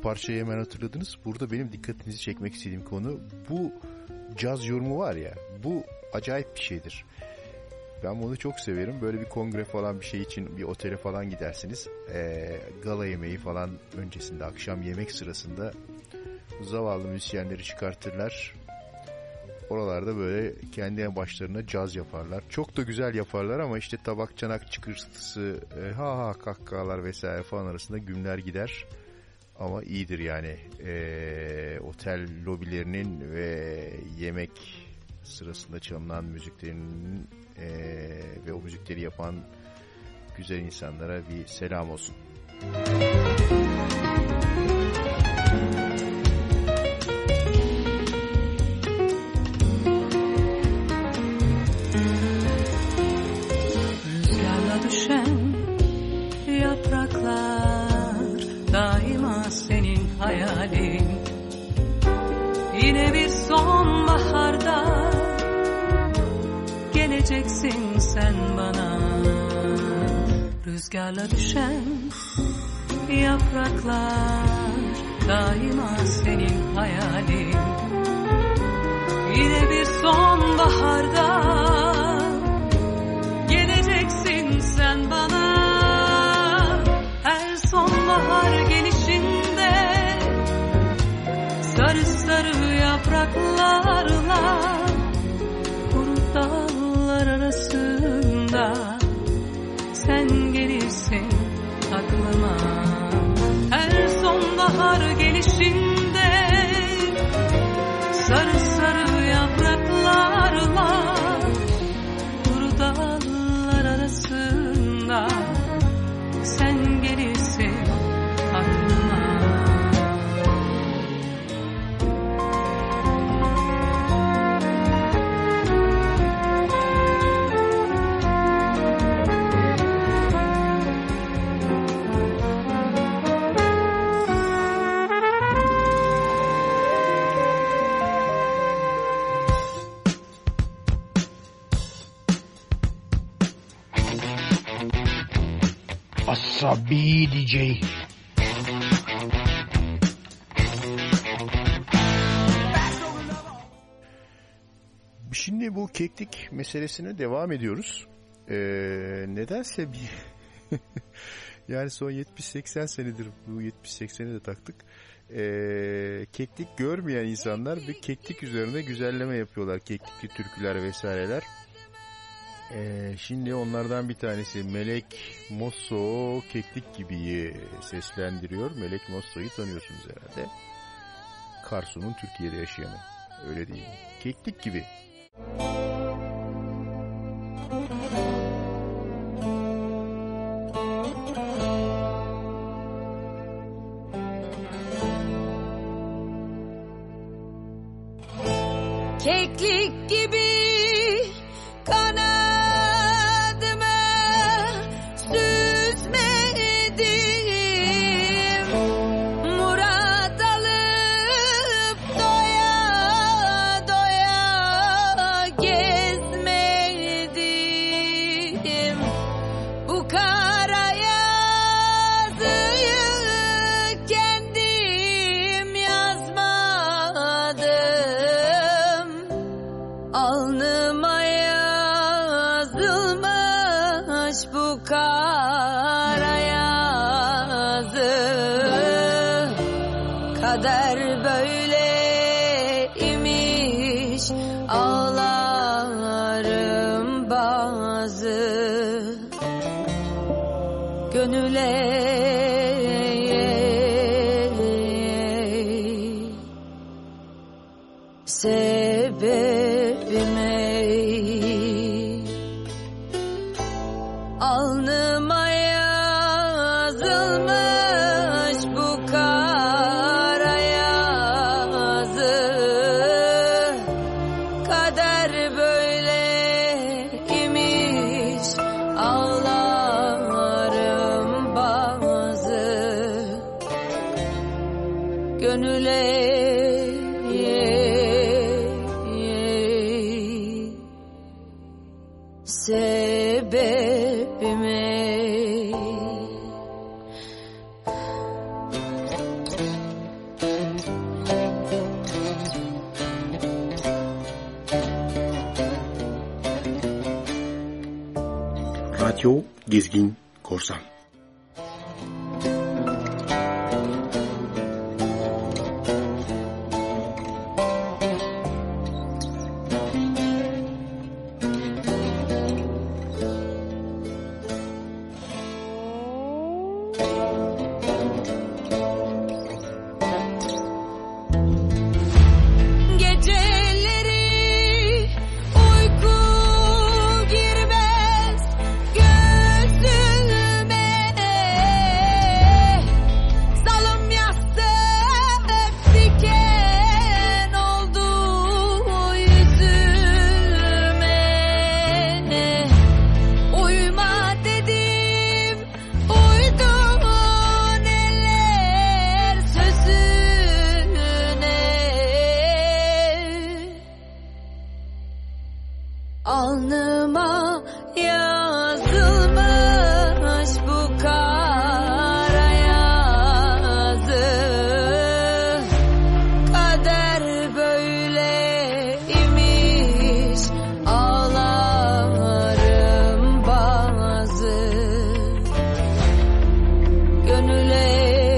parçayı hemen hatırladınız. Burada benim dikkatinizi çekmek istediğim konu bu caz yorumu var ya, bu acayip bir şeydir. Ben bunu çok severim. Böyle bir kongre falan bir şey için bir otele falan gidersiniz. E, gala yemeği falan öncesinde, akşam yemek sırasında zavallı müzisyenleri çıkartırlar. Oralarda böyle kendi başlarına caz yaparlar. Çok da güzel yaparlar ama işte tabak çanak çıkırtısı, e, ha ha kahkahalar vesaire falan arasında günler gider. Ama iyidir yani. E, otel lobilerinin ve yemek sırasında çalınan müziklerinin e, ve o müzikleri yapan güzel insanlara bir selam olsun. Rüzgarla düşen yapraklar daima senin hayalin. Yine bir sonbaharda geleceksin sen bana. Rüzgarla düşen yapraklar daima senin hayalin. Yine bir sonbaharda geleceksin sen bana. Her sonbahar gelişinde sarı sarı yapraklarla kuru dallar arasında sen gelirsin aklıma. Her sonbahar gelişinde sarı sarı yapraklarla kuru dallar arasında sen gelirsin aklıma. Asabi D J. Şimdi bu keklik meselesine devam ediyoruz. Ee, nedense bir yani son yetmiş seksen senedir bu yetmiş sekseni de taktık. Ee, keklik görmeyen insanlar bir keklik üzerine güzelleme yapıyorlar. Keklikli türküler vesaireler. Ee, şimdi onlardan bir tanesi Melek Mosso Keklik Gibi'yi seslendiriyor. Melek Mosso'yu tanıyorsunuz herhalde. Karsu'nun Türkiye'de yaşayanı. Öyle değil mi? Keklik Gibi. Keklik gibi kanadımı süzmedim, murat alıp doya doya gezmedim. Bu kara yazıyı kendim yazmadım. Alnıma yazılmış bu kara yazı. Kader böyleymiş, ağlarım bazı. Gönüle sebebime alnıma yazılmış bu kara yazı. Kader böyleymiş, ağlarım bazı. Gönüle sebebime. Radyo Gezgin Korsan. Alnıma yazılmış bu kara yazı, kader böyleymiş, ağlarım bazı gönüle.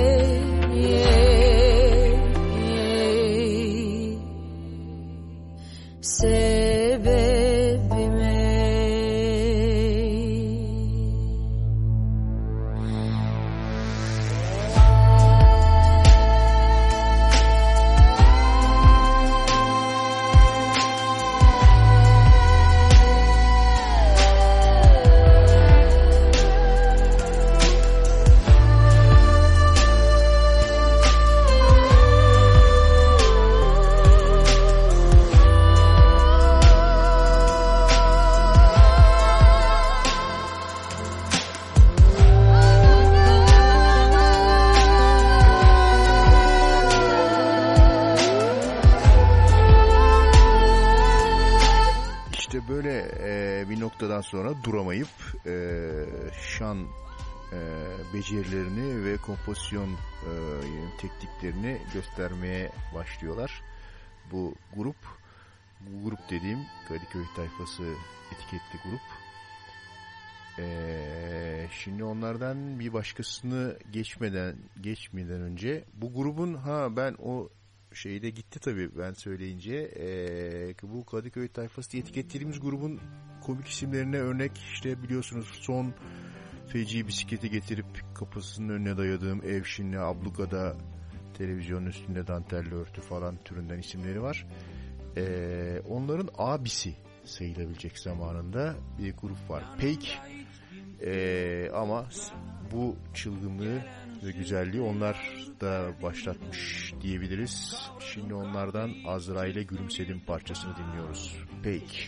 Sonra duramayıp e, şan e, becerilerini ve kompozisyon e, tekniklerini göstermeye başlıyorlar. Bu grup, bu grup dediğim Kadıköy Tayfası etiketli grup. E, şimdi onlardan bir başkasını geçmeden geçmeden önce bu grubun ha ben o şeyde gitti tabii ben söyleyince e, bu Kadıköy Tayfası diye etiketlediğimiz grubun komik isimlerine örnek işte biliyorsunuz son feci bisikleti getirip kapısının önüne dayadığım Evşinli, Abluka'da televizyonun üstünde dantelli örtü falan türünden isimleri var. Ee, onların abisi sayılabilecek zamanında bir grup var. Peik ee, ama bu çılgınlığı ve güzelliği onlar da başlatmış diyebiliriz. Şimdi onlardan Azrail'e Gülümsedim parçasını dinliyoruz. Peik.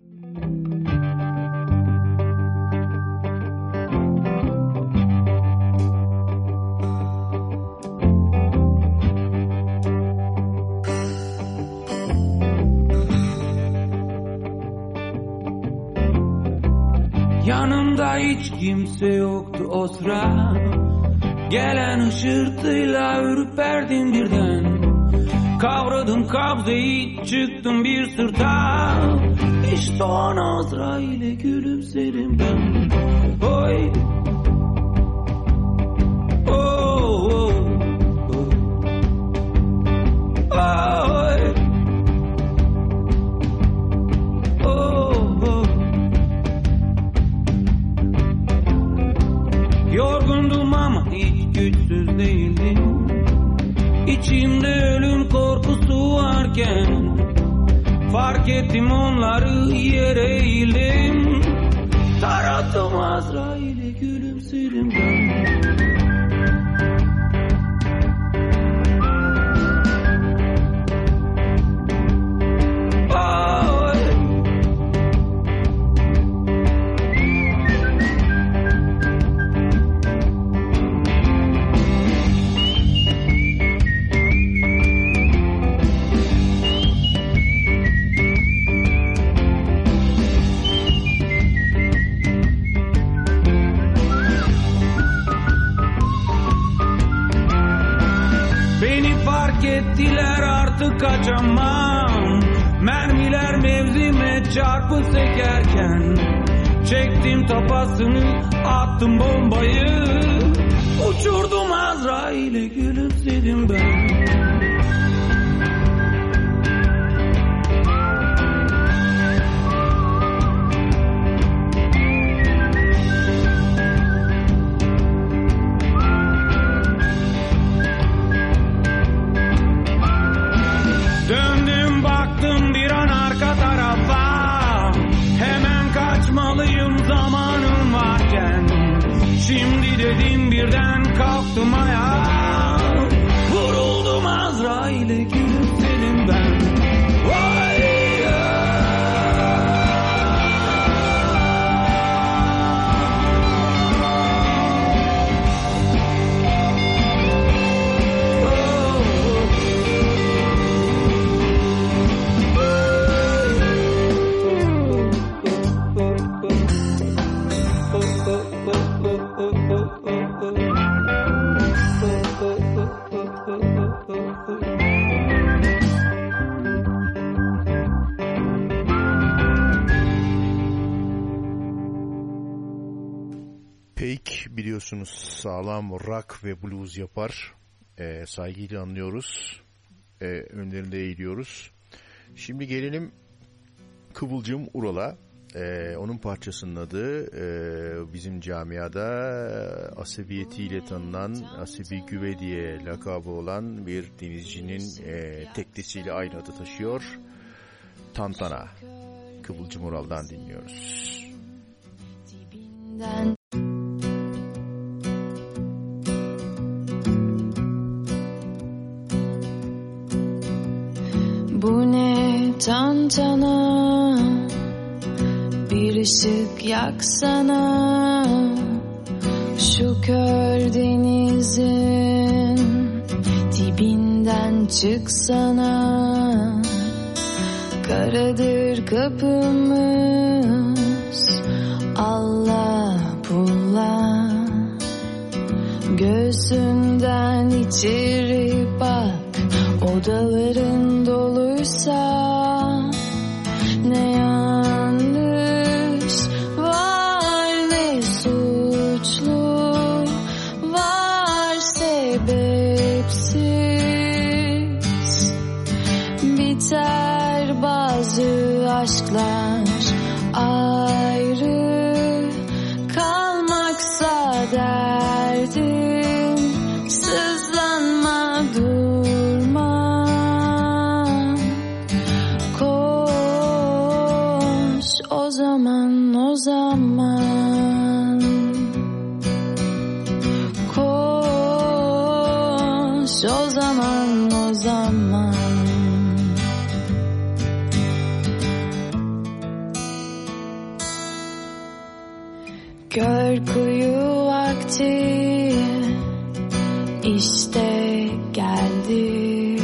Yanımda hiç kimse yoktu o sıra, gelen hışırtıyla ürperdim birden. Kavradım kabzeyi, çıktım bir sırta, İşte o an Azrail'e gülümserim ben. Oy. Oh, oh, oh. Oy. Oh, oh. Yorgundum ama hiç güçsüz değildim. İçimde ölüm korkusu varken fark ettim onları, yere eğildim. Taradım Azrail'e gülümserim ben. Ettiler artık kaçamam. Mermiler mevzime çarpıp sekerken Çektim tapasını, attım bombayı. Uçurdum Azrail'e, gülümsedim ben. Döndüm baktım bir an arka tarafa. Hemen kaçmalıyım zamanım varken. Şimdi dedim birden kalktım ayağa. Vuruldum Azrail'e, gülümsedim ben. Vay ya. Peik biliyorsunuz sağlam rock ve blues yapar. E, saygıyla anlıyoruz. E, önlerinde eğiliyoruz. Şimdi gelelim Kıvılcım Ural'a. E, onun parçasının adı e, bizim camiada asabiyetiyle tanınan, Asabi Güve diye lakabı olan bir denizcinin e, teknesiyle aynı adı taşıyor. Tantana. Kıvılcım Ural'dan dinliyoruz. Dibinden. Bu ne tantana, bir ışık yaksana, şu kör denizin dibinden çıksana. Karadır kapımız, Allah pulla, göğsünden içeri bak. Odaların doluysa ne yanlış var, ne suçlu var, sebepsiz biter bazı aşklar. Ayrı kalmaksa derdim, sızlanma durma. O zaman, o zaman koş, o zaman, o zaman. Gör kuyu vakti işte geldi.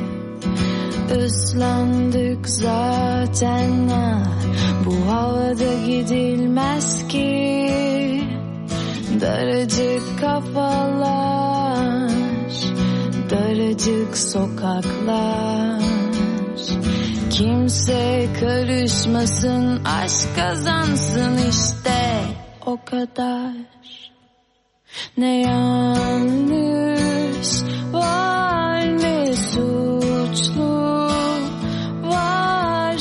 Islandık zaten, bu havada gidilmez ki. Daracık kafalar, daracık sokaklar. Kimse karışmasın, aşk kazansın işte, o kadar. Ne yanlış var, ne suçlu var,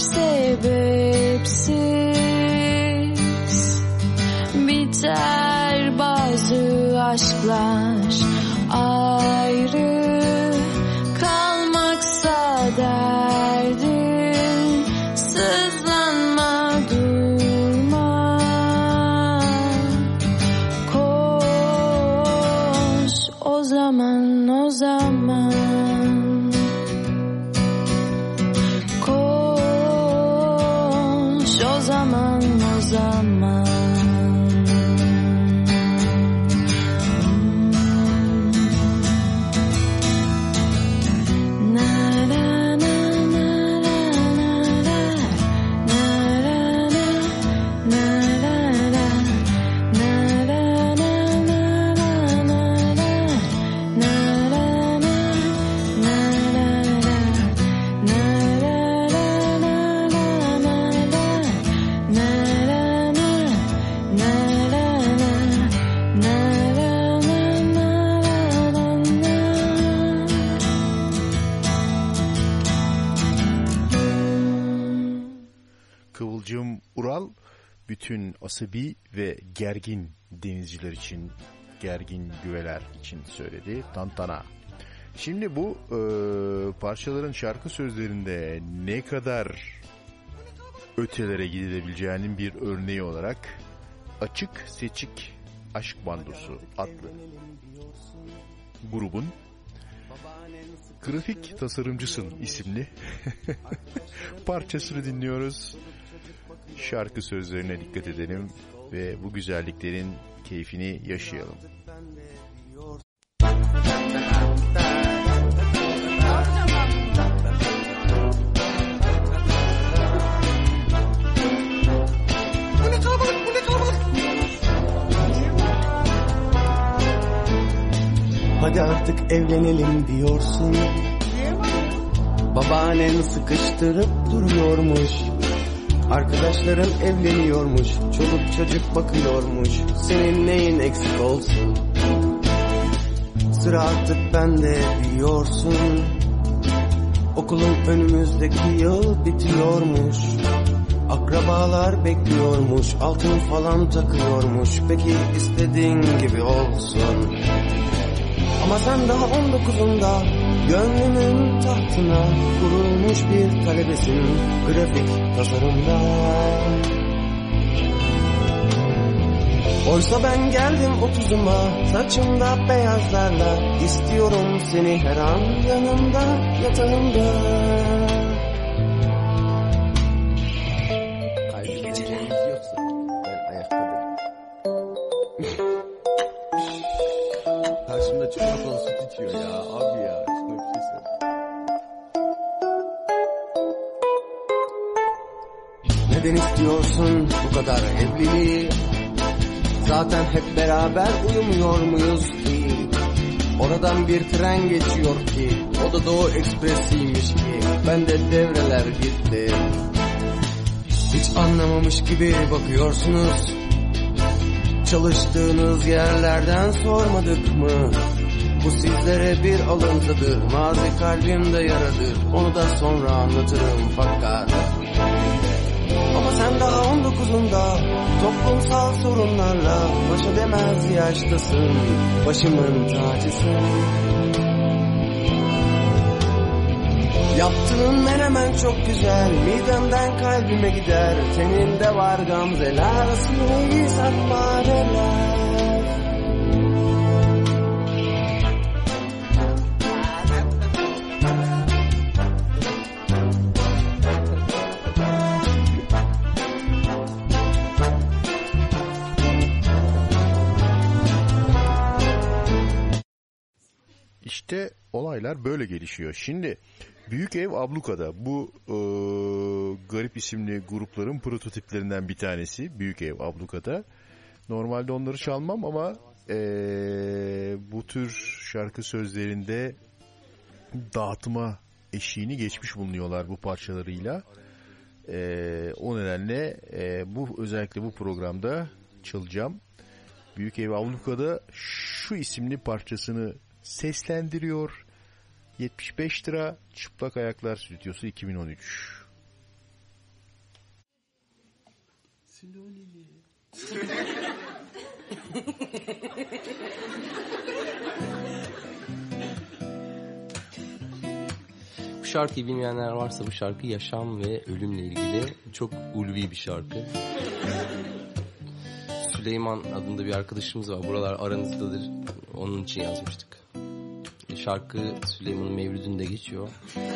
sebepsiz biter bazı aşklar. Ayrı kalmaksa derdim, sızlanma durma. Koş, o zaman, o zaman koş, o zaman, o zaman. Kıvılcım Ural bütün asabi ve gergin denizciler için, gergin güveler için söyledi. Tantana. Şimdi bu e, parçaların şarkı sözlerinde ne kadar ötelere gidilebileceğinin bir örneği olarak Açık Seçik Aşk Bandosu adlı grubun Grafik Tasarımcısın isimli parçasını dinliyoruz. Şarkı sözlerine dikkat edelim ve bu güzelliklerin keyfini yaşayalım. Hadi artık evlenelim diyorsun. Babaannen sıkıştırıp duruyormuş. Arkadaşların evleniyormuş. Çoluk çocuk bakıyormuş. Senin neyin eksik olsun? Sıra artık bende diyorsun. Okulun önümüzdeki yıl bitiyormuş. Akrabalar bekliyormuş. Altın falan takıyormuş. Peki istediğin gibi olsun. Ama sen daha on dokuzunda gönlümün tahtına kurulmuş bir talebesin grafik tasarımda. Oysa ben geldim otuzuma saçımda beyazlarla, istiyorum seni her an yanımda, yatağımda. Haydi geceler yoksa ben ayakta karşımda çikolatalı süt içiyor ya abi ya. Şuna bir şey söyle. Neden istiyorsun bu kadar evliliği? Zaten hep beraber uyumuyor muyuz ki? Oradan bir tren geçiyor ki, o da Doğu Ekspresi'ymiş ki. Bende devreler gitti. Hiç anlamamış gibi bakıyorsunuz. Çalıştığınız yerlerden sormadık mı? Bu sizlere bir alıntıdır. Mazi kalbimde yaradır. Onu da sonra anlatırım fakat. Ama sen daha on dokuzunda toplumsal sorunlarla baş edemez yaştasın. Başımın tacısın. Yaptığın menemen çok güzel, midemden kalbime gider. Teninde var gamzeler, sineği sakmaneler. İşte olaylar böyle gelişiyor. Şimdi Büyük Ev Abluka'da bu e, garip isimli grupların prototiplerinden bir tanesi Büyük Ev Abluka'da. Normalde onları çalmam ama e, bu tür şarkı sözlerinde dağıtma eşiğini geçmiş bulunuyorlar bu parçalarıyla. E, o nedenle e, bu özellikle bu programda çalacağım. Büyük Ev Abluka'da şu isimli parçasını seslendiriyor. yetmiş beş lira Çıplak Ayaklar Stüdyosu iki bin on üç. Bu şarkıyı bilmeyenler varsa bu şarkı yaşam ve ölümle ilgili çok ulvi bir şarkı. Süleyman adında bir arkadaşımız var. Buralar aranızdadır. Onun için yazmıştık. Şarkı Süleyman'ın mevlüdünde geçiyor.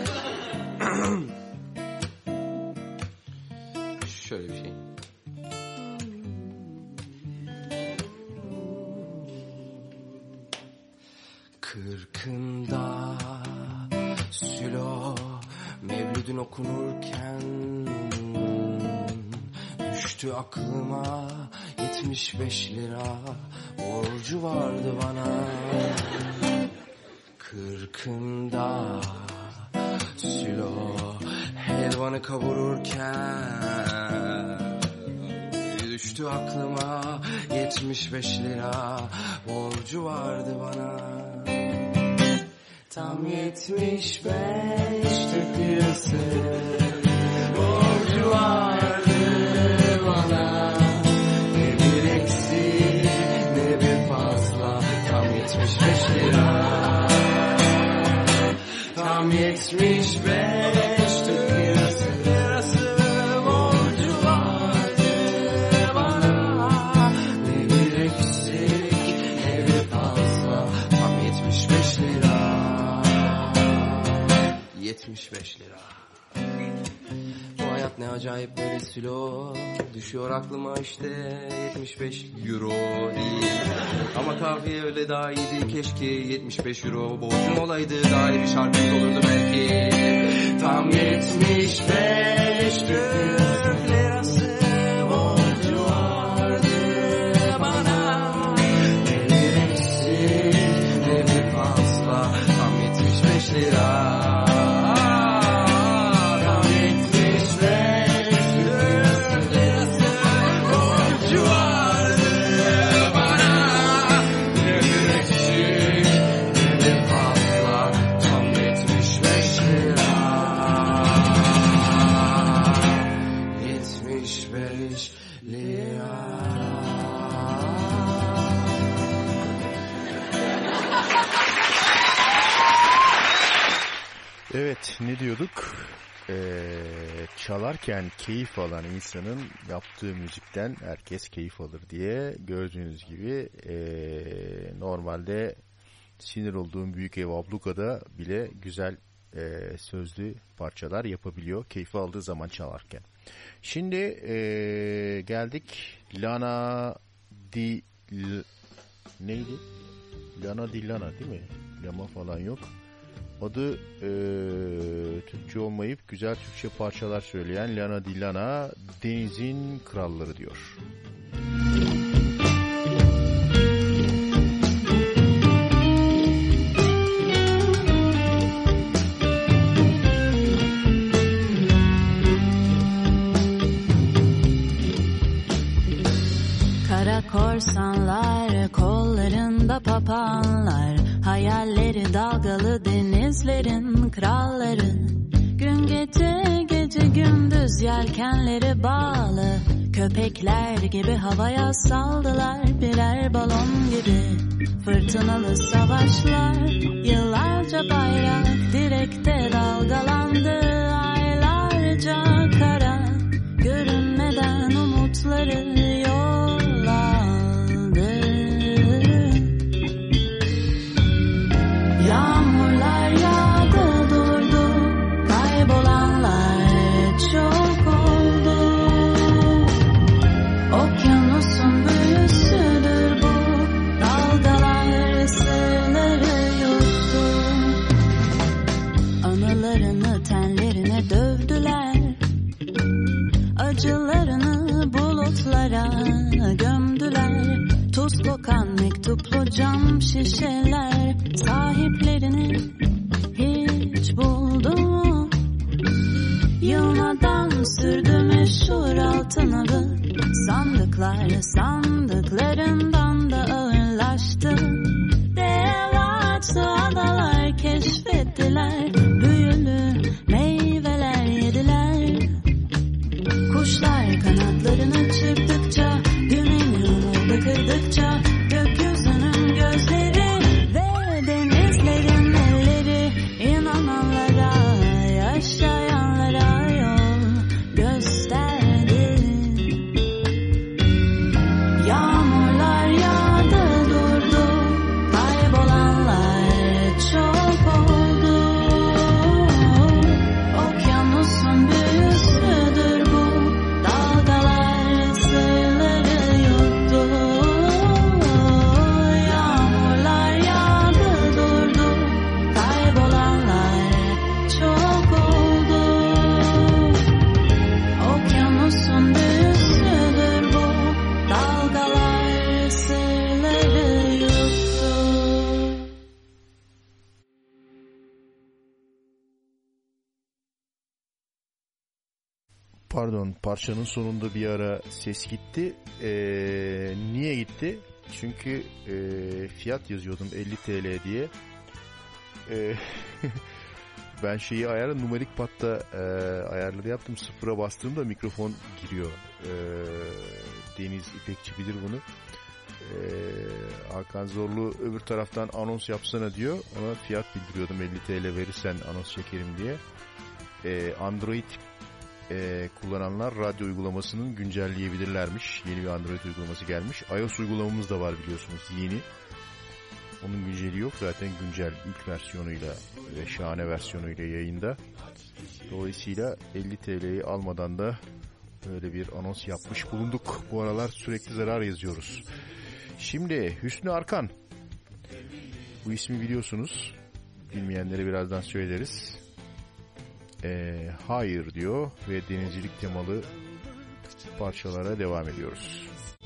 Şöyle bir şey. Kırkında Sülo mevlüdün okunurken düştü aklıma yetmiş beş lira borcu vardı bana. Kırkında Sülo helvanı kavururken düştü aklıma yetmiş beş lira borcu vardı bana. Tam yetmiş beş Türk lirası borcu vardı hayat ne acayip böyle slow. Düşüyor aklıma işte yetmiş beş euro değil. Ama kahve öyle daha iyiydi. Keşke yetmiş beş euro borcun olaydı. Daha iyi bir şarkı olurdu belki. Tam yetmiş beş Türk lirası borcu vardı bana. Ne eksik ne bir fazla. Tam yetmiş beş lira. Evet, ne diyorduk? Ee, çalarken keyif alan insanın yaptığı müzikten herkes keyif alır diye. Gördüğünüz gibi ee, normalde sinir olduğum büyük ev ablukada bile güzel ee, sözlü parçalar yapabiliyor. Keyfi aldığı zaman çalarken. Şimdi ee, geldik Lana Di L... neydi? Lana Di Lana değil mi? Lama falan yok. Adı e, Türkçe olmayıp güzel Türkçe parçalar söyleyen Lana Di Lana, Denizin Kralları diyor. Kara korsanlar, kollarında papağanlar, hayalleri dalgalı denizlerin kralları. Gün gece gece gündüz yelkenleri bağlı, köpekler gibi havaya saldılar birer balon gibi. Fırtınalı savaşlar, yıllarca bayrak direkte dalgalandı. Aylarca kara, görünmeden umutları yol aldı. Yağmurlar yağdı durdu, kaybolanlar çok oldu. Okyanusun büyüsüdür bu, dalgalar sırları yuttu. Anılarını tenlerine dövdüler, acılarını bulutlara gömdüler. Tuz kokan mektuplu cam şişeler sahiplerini hiç buldu mu? Yılmadan sürdü meşhur altın avı, sandıklar sandıklarından da ağırlaştı. Devasa adalar keşfettiler, büyülü meyveler yediler. Kuşlar kanatlarını çırptıkça, güneşin umudu kırdıkça, gökyüzünün gözleri ve denizlerin elleri inananlara, yaşayanlara yol gösterdi. Yağmurlar yağdı durdu, kaybolanlar çok oldu. Okyanusun büyüsüdür bu, dalgalar sırları yuttu. Yağmurlar yağdı durdu, kaybolanlar çok oldu. Okyanusun büyüsüdür bu, dalgalar sırları yuttu. Pardon, parçanın sonunda bir ara ses gitti. Ee, niye gitti? Çünkü e, fiyat yazıyordum elli TL diye. Ee, ben şeyi ayarla numerik patta e, ayarları yaptım. Sıfıra bastığımda mikrofon giriyor. Ee, Deniz İpekçi bilir bunu. Ee, Hakan Zorlu öbür taraftan anons yapsana diyor. Ona fiyat bildiriyordum, elli TL verirsen anons çekerim diye. Ee, Android e, kullananlar radyo uygulamasının güncelleyebilirlermiş. Yeni bir Android uygulaması gelmiş. iOS uygulamamız da var biliyorsunuz, yeni. Onun günceli yok. Zaten güncel ilk versiyonuyla ve şahane versiyonuyla yayında. Dolayısıyla elli T L'yi almadan da böyle bir anons yapmış bulunduk. Bu aralar sürekli zarar yazıyoruz. Şimdi Hüsnü Arkan. Bu ismi biliyorsunuz. Bilmeyenlere birazdan söyleriz. Ee, hayır diyor ve denizcilik temalı parçalara devam ediyoruz.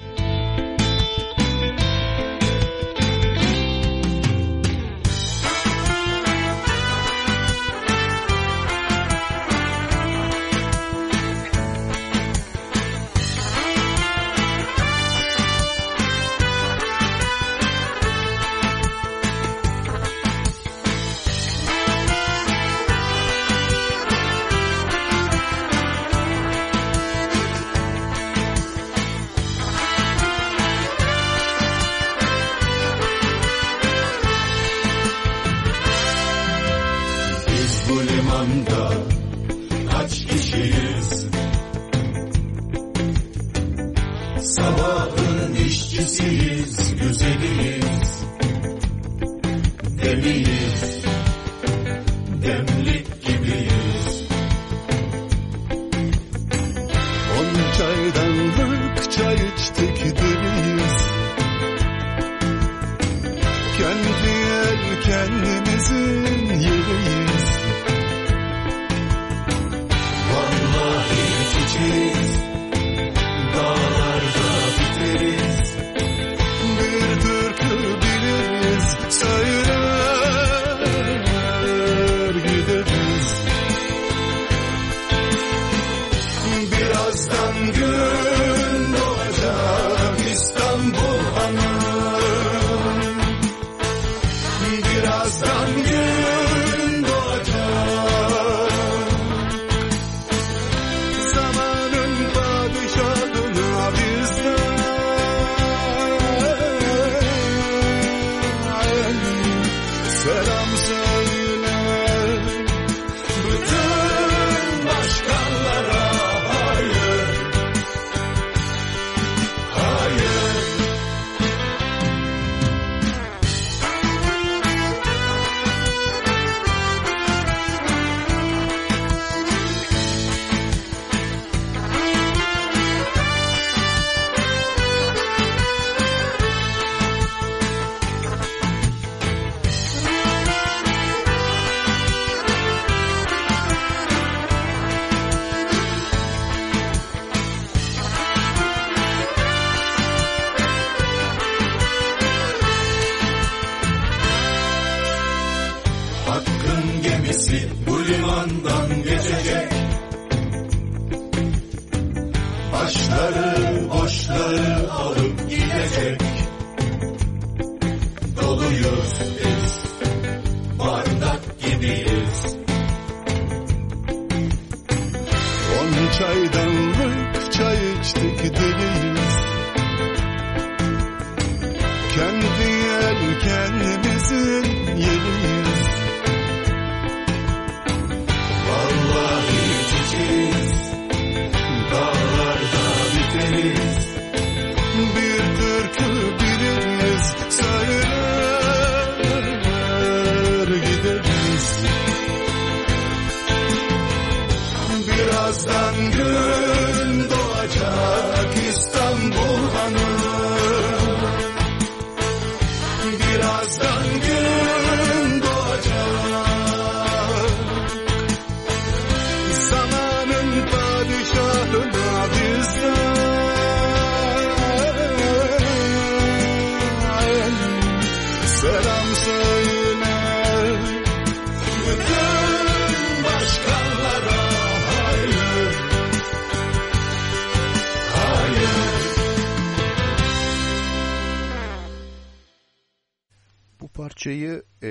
Parçayı e,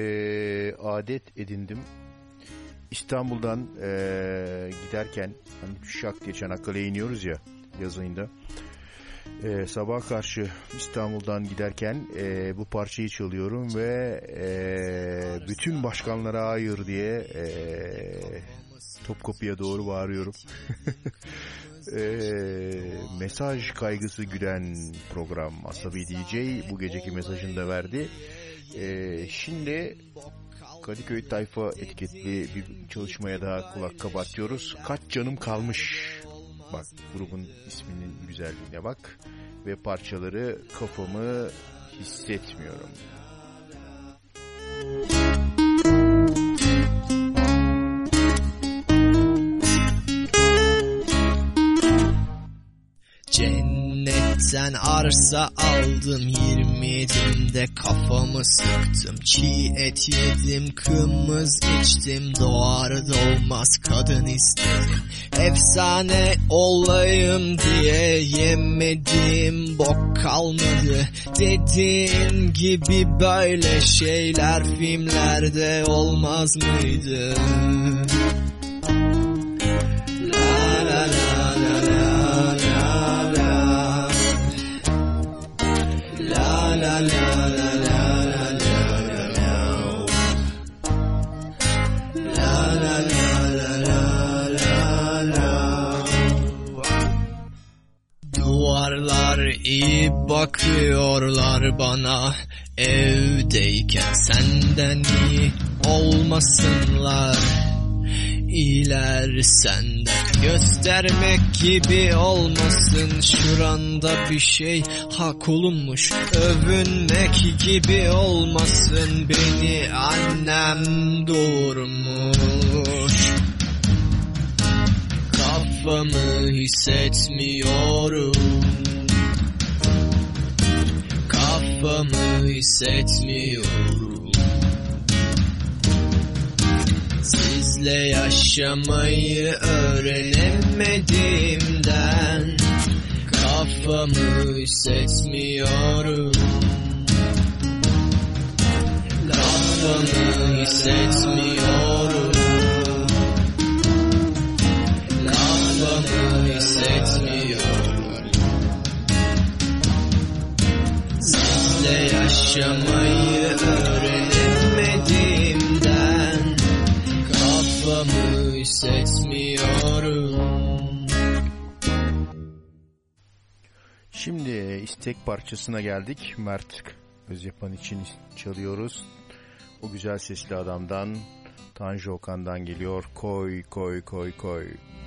adet edindim. İstanbul'dan e, giderken hani Şak diye Çanakkale'ye iniyoruz ya yaz ayında. E, sabaha karşı İstanbul'dan giderken e, bu parçayı çalıyorum ve e, bütün başkanlara hayır diye e, Topkapı'ya doğru bağırıyorum. e, mesaj kaygısı güden program Asabi D J bu geceki mesajını da verdi. Ee, şimdi Kadıköy Tayfa etiketli bir çalışmaya daha kulak kabartıyoruz. Kaç canım kalmış. Bak, grubun isminin güzelliğine bak. Ve parçaları Kafamı Hissetmiyorum. Cennetten arsa aldım, yirmiyedimde kafamı sıktım. Çiğ et yedim, kımız içtim, doğar doğmaz kadın istedim. Efsane olayım diye yemediğim bok kalmadı. Dediğin gibi böyle şeyler filmlerde olmaz mıydı? La la la la la la la. La la la la la la la la. La la la la la la la. Duvarlar iyi bakıyorlar bana, evdeyken senden iyi olmasınlar. İyiler senden göstermek gibi olmasın. Şuranda bir şey hak olunmuş, övünmek gibi olmasın. Beni annem doğurmuş. Kafamı hissetmiyorum. Kafamı hissetmiyorum. Sizle yaşamayı öğrenemediğimden kafamı hissetmiyorum. Kafamı hissetmiyorum. Kafamı hissetmiyorum. Sizle yaşamayı öğrenemediğimden kafamı hissetmiyorum. Şimdi istek parçasına geldik. Mert Özyapan için çalıyoruz. O güzel sesli adamdan, Tanju Okan'dan geliyor. Koy koy koy koy.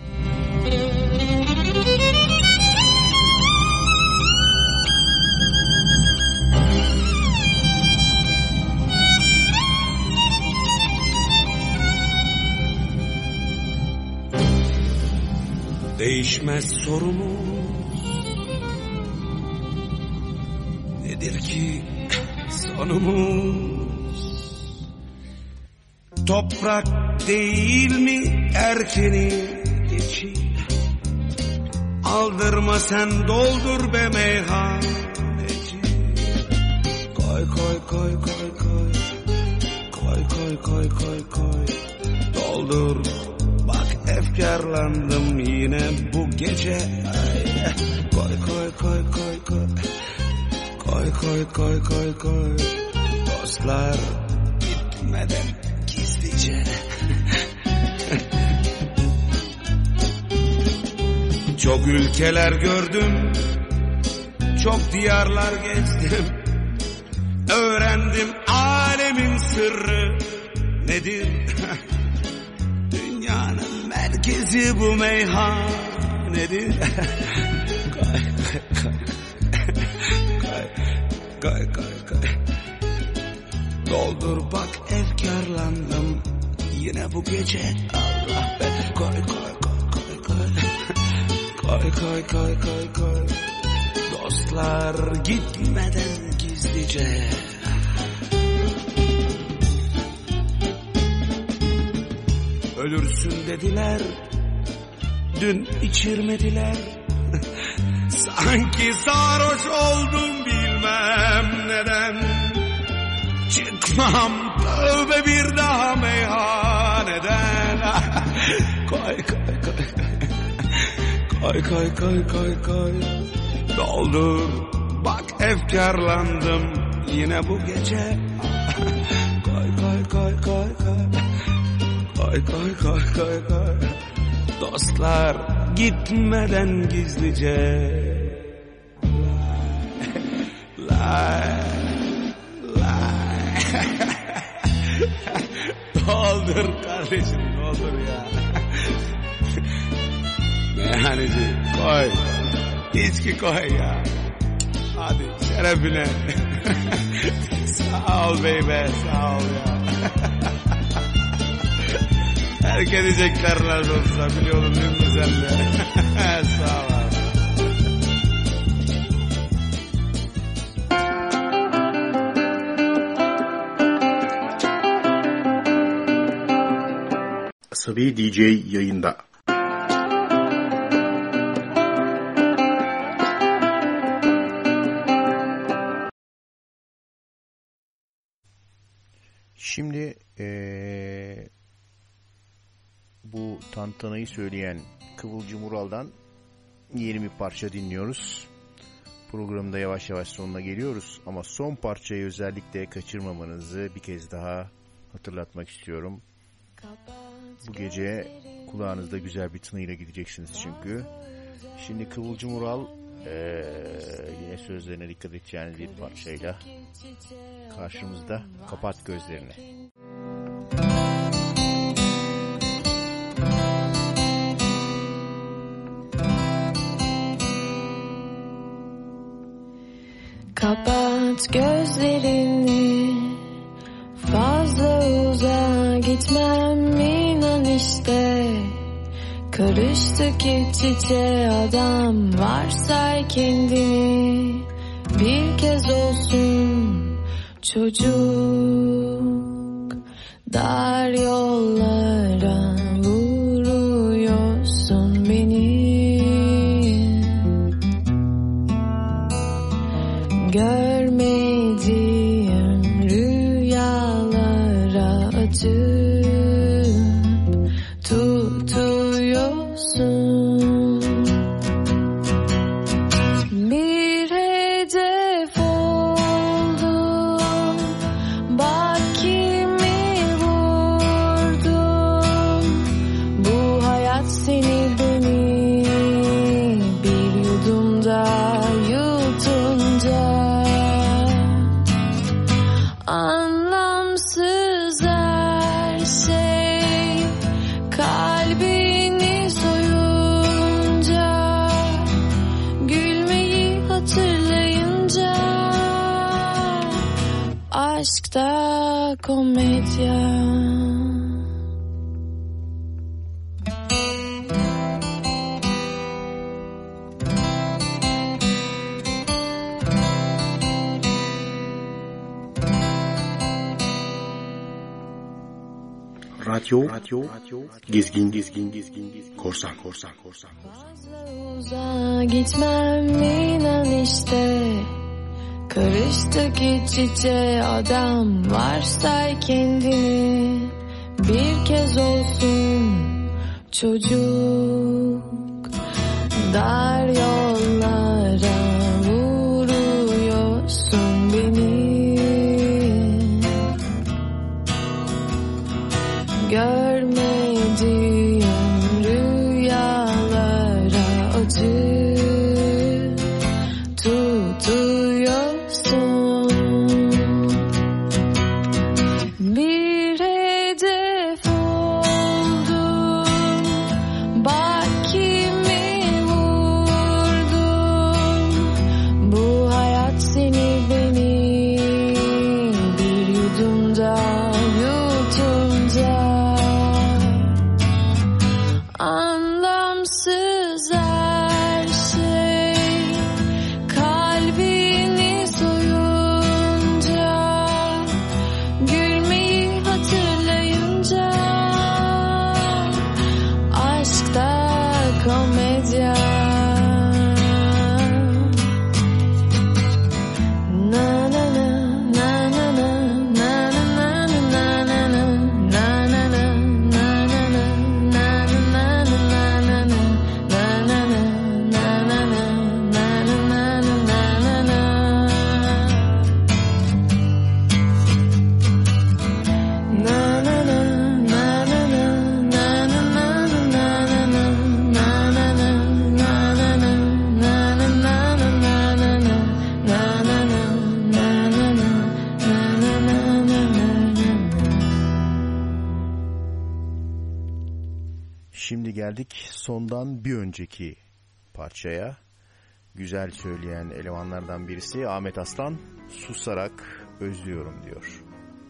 Değişmez sorumuz nedir ki sonumuz? Toprak değil mi erkeni geçi? Aldırma sen, doldur be meyhaneci. Koy koy koy koy koy. Koy koy koy koy koy. Doldur. Bak efkarlandım yine bu gece. Ay. Koy koy koy koy koy. Koy koy koy koy koy. Dostlar gitmeden gizlice. Çok ülkeler gördüm, çok diyarlar gezdim. Öğrendim alemin sırrı nedir? Dünyanın merkezi bu meyhanedir. Koy koy koy koy koy koy. Doldur bak efkarlandım yine bu gece. Allah be. Koy koy koy koy koy. Koy koy koy koy koy. Dostlar gitmeden gizlice. Ölürsün dediler, dün içirmediler. Sanki sarhoş oldum bilmem neden. Çıkmam tövbe bir daha meyhaneden. Koy koy koy. Koy koy koy koy koy. Doldur bak efkarlandım yine bu gece. Koy koy koy koy koy. Koy koy koy koy koy. Dostlar gitmeden gizlice. Lay lay. Doldur kardeşim, doldur ya. Meyhaneci koy. İçki koy ya. Hadi şerefine. Sağ ol beybe, sağ ol ya. Herkes edecekler nasıl olsa biliyordun değil mi sen de? Sağ ol abi. Asabi D J yayında. Şimdi ee, bu tantanayı söyleyen Kıvılcım Ural'dan yeni bir parça dinliyoruz. Programda yavaş yavaş sonuna geliyoruz ama son parçayı özellikle kaçırmamanızı bir kez daha hatırlatmak istiyorum. Bu gece kulağınızda güzel bir tınıyla gideceksiniz çünkü. Şimdi Kıvılcım Ural ee, yine sözlerine dikkat edeceğiniz bir parçayla karşımızda. Kapat gözlerini. Kapat gözlerini, fazla uzağa gitmem inan işte. Karıştık iç içe adam, varsay kendini. Bir kez olsun çocuk, dar yollara vuruyorsun beni. Görmediğim rüyalara atıp tutuyorsun. Bir hedef oldum, bak kimi vurdum. Bu hayat seni beni bir yudumda yutunca. Anlamsız her şey kalbini soyunca, gülmeyi hatırlayınca, aşkta komedya. Radyo, radyo, gezgin, gezgin, gezgin, gezgin, korsan, korsan, korsan, korsan. Uzağa gitmem inan işte. Karıştık iç içe adam, varsay kendini. Bir kez olsun çocuk, dar yollara vuruyorsun beni. Görmediğim rüyalara atıp tutuyorsun. Bir hedef oldum, bak sondan bir önceki parçaya güzel söyleyen elemanlardan birisi Ahmet Aslan, susarak özlüyorum diyor.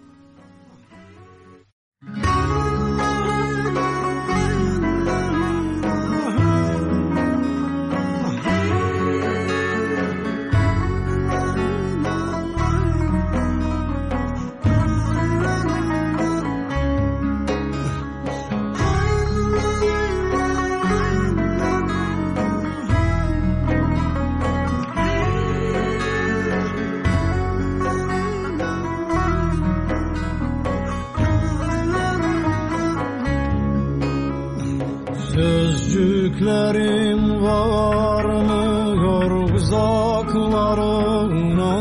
Sözcüklerim varmıyor uzaklarına,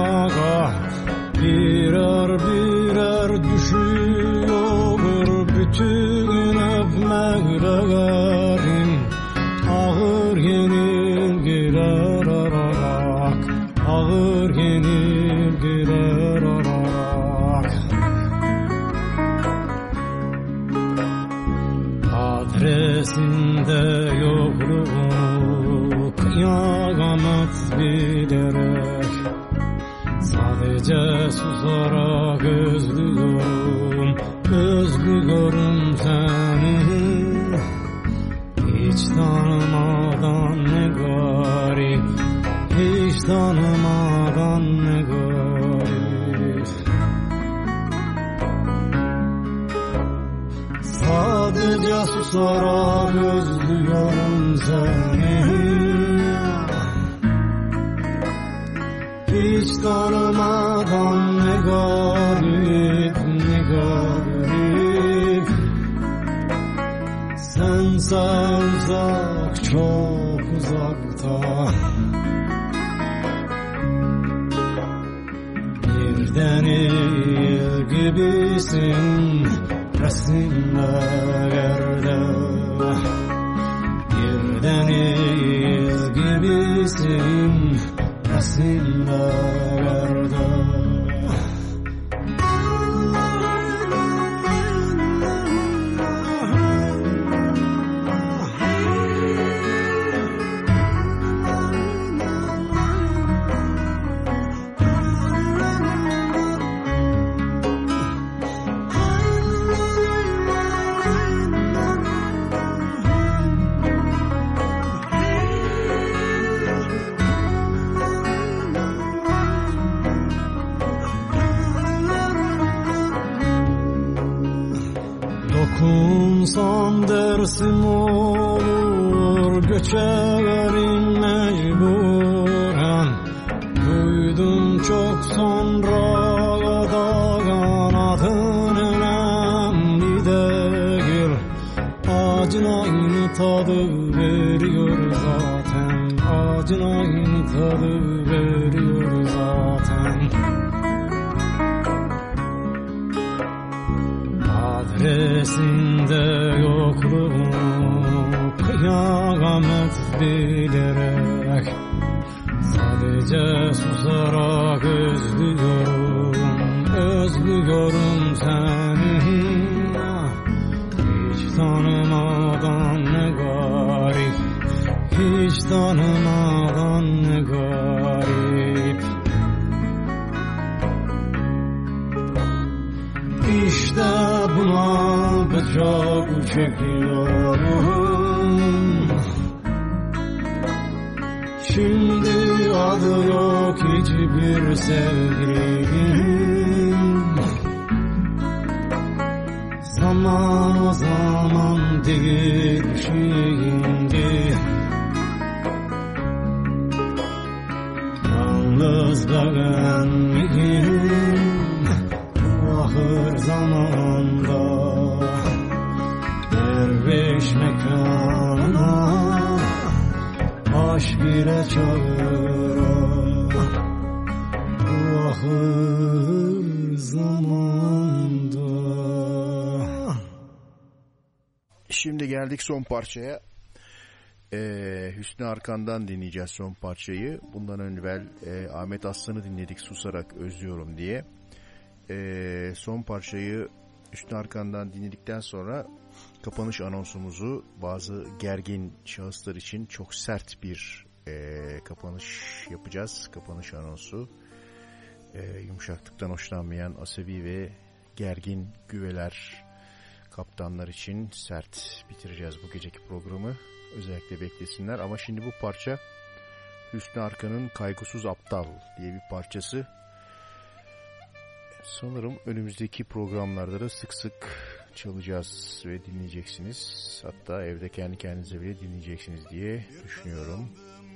birer birer düşüyor bütün öpmelerim, ağır yenilgiler ararak, ağır yenilgiler ararak. Adresinde yokluk kıyamet bilerek, sadece susarak özlüyorum, özlüyorum seni. Hiç tanımadan ne garip, hiç tanımadan ne garip. Sadece susarak özlüyorum seni. Hiç tanımadan ne garip, ne garip. Sense uzak, çok uzakta. Bir deniz gibisin resimlerde, bir deniz gibisin resimlerde. Dokunsam dersim olur, göçerim mecburen. Duydum çok sonra da kanadın önemli değil. Acın aynı tadı veriyor zaten, acın aynı tadı veriyor zaten. Adresinde yokluk kıyamet bilerek, sadece susarak özlüyorum, özlüyorum seni. Hiç tanımadan ne garip, hiç tanımadan ne garip. İşte buna bıçak çekiyorum. Şimdi adı yok hiçbir sevgilim. Zaman o zaman değil şimdi. Yalnız beğenmeyim ahır zamanda, derviş mekanına aşk ile çağıra, ahır zamanda. Şimdi geldik son parçaya. Ee, Hüsnü Arkan'dan dinleyeceğiz son parçayı. Bundan evvel e, Ahmet Aslan'ı dinledik, susarak özlüyorum diye. Ee, son parçayı Hüsnü Arkan'dan dinledikten sonra kapanış anonsumuzu bazı gergin şahıslar için çok sert bir e, kapanış yapacağız. Kapanış anonsu e, yumuşaklıktan hoşlanmayan asabi ve gergin güveler, kaptanlar için sert bitireceğiz bu geceki programı. Özellikle beklesinler. Ama şimdi bu parça Hüsnü Arkan'ın Kaygısız Aptal diye bir parçası. Sanırım önümüzdeki programlarda da sık sık çalacağız ve dinleyeceksiniz. Hatta evde kendi kendinize bile dinleyeceksiniz diye düşünüyorum.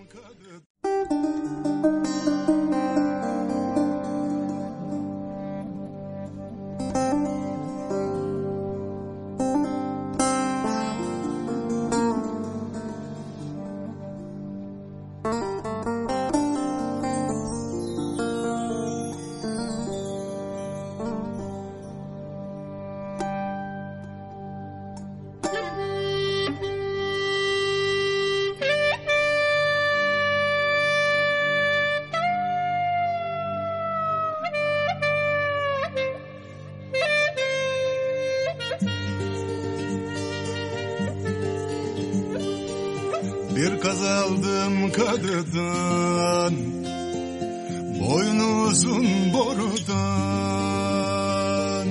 Bir kaz aldım kadıdan, boynu uzun borudan.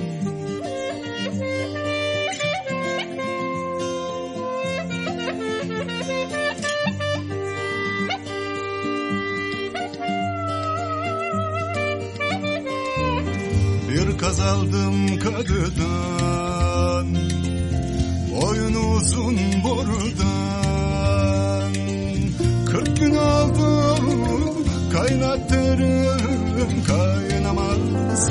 Bir kaz aldım kadıdan, boynu uzun borudan. Kırk gün oldu kaynattırım kaynamaz.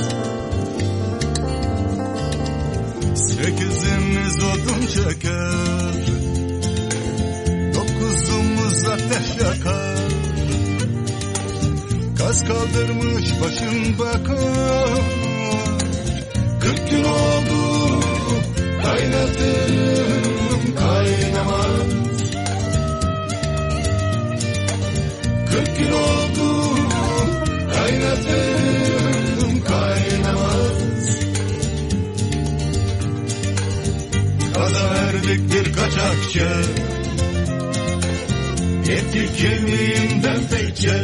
Sekizimiz odun çeker, dokuzumuz ateş yakar. Kaz kaldırmış başın bakar. Kırk gün oldu kaynattırım kaynamaz. Kırk gün oldu kaynattım kaynamaz. Kaza verdik bir kaçakçı, etti kemiğimden pekçe.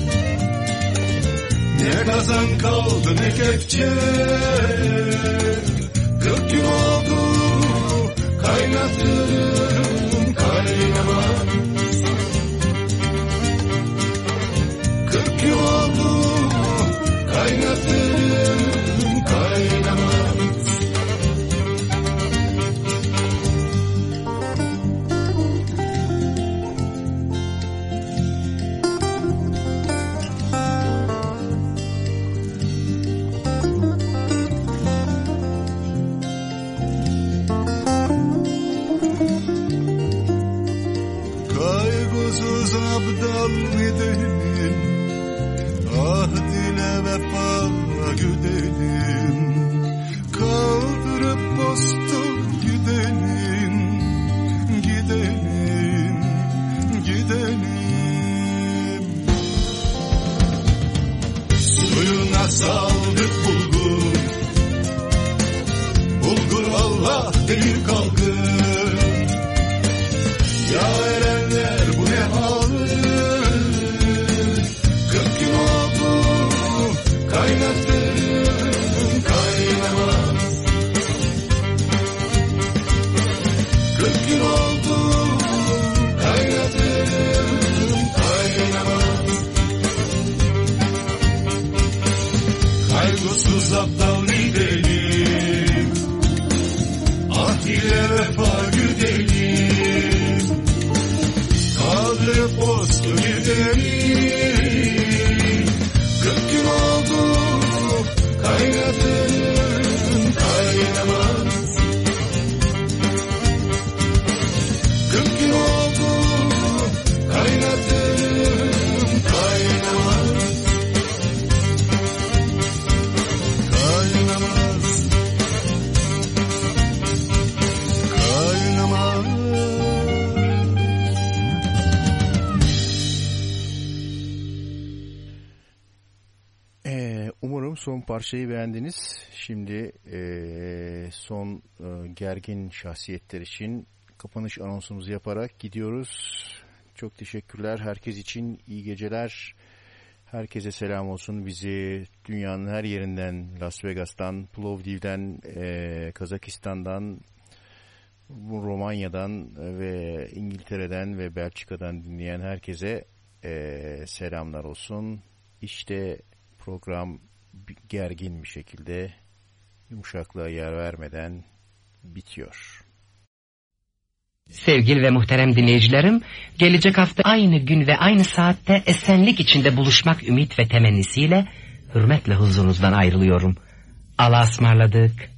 Ne kazan kaldı ne kepçe. Kırk gün oldu kaynattım kaynamaz. Kırk yıl oldu kaynattım kaynamaz. Kaygısız abdal gidelim, ah dile vefa güdelim. Kaldırıp postu gidelim, gidelim, gidelim. Suyuna saldık bulgur, bulgur Allah değil kalkır. Ya erenler bu ne hal? Kırk gün oldu kaynattım kaynamaz. Kırk gün oldu kaynattım kaynamaz. Kaygısız aptal gidelim, ah ile vefa güdelim. Kaldırıp postu gidelim. Kırk gün oldu kaynattım kaynamaz. Kırk gün oldu kaynattım kaynamaz. Kaynamaz. Kaynamaz. son parçayı beğendiniz. Şimdi e, son e, gergin şahsiyetler için kapanış anonsumuzu yaparak gidiyoruz. Çok teşekkürler. Herkes için iyi geceler. Herkese selam olsun. Bizi dünyanın her yerinden, Las Vegas'tan, Plovdiv'den, e, Kazakistan'dan, Romanya'dan ve İngiltere'den ve Belçika'dan dinleyen herkese e, selamlar olsun. İşte program gergin bir şekilde, yumuşaklığa yer vermeden bitiyor. Sevgili ve muhterem dinleyicilerim, gelecek hafta aynı gün ve aynı saatte esenlik içinde buluşmak ümit ve temennisiyle hürmetle huzurunuzdan ayrılıyorum. Allah'a ısmarladık.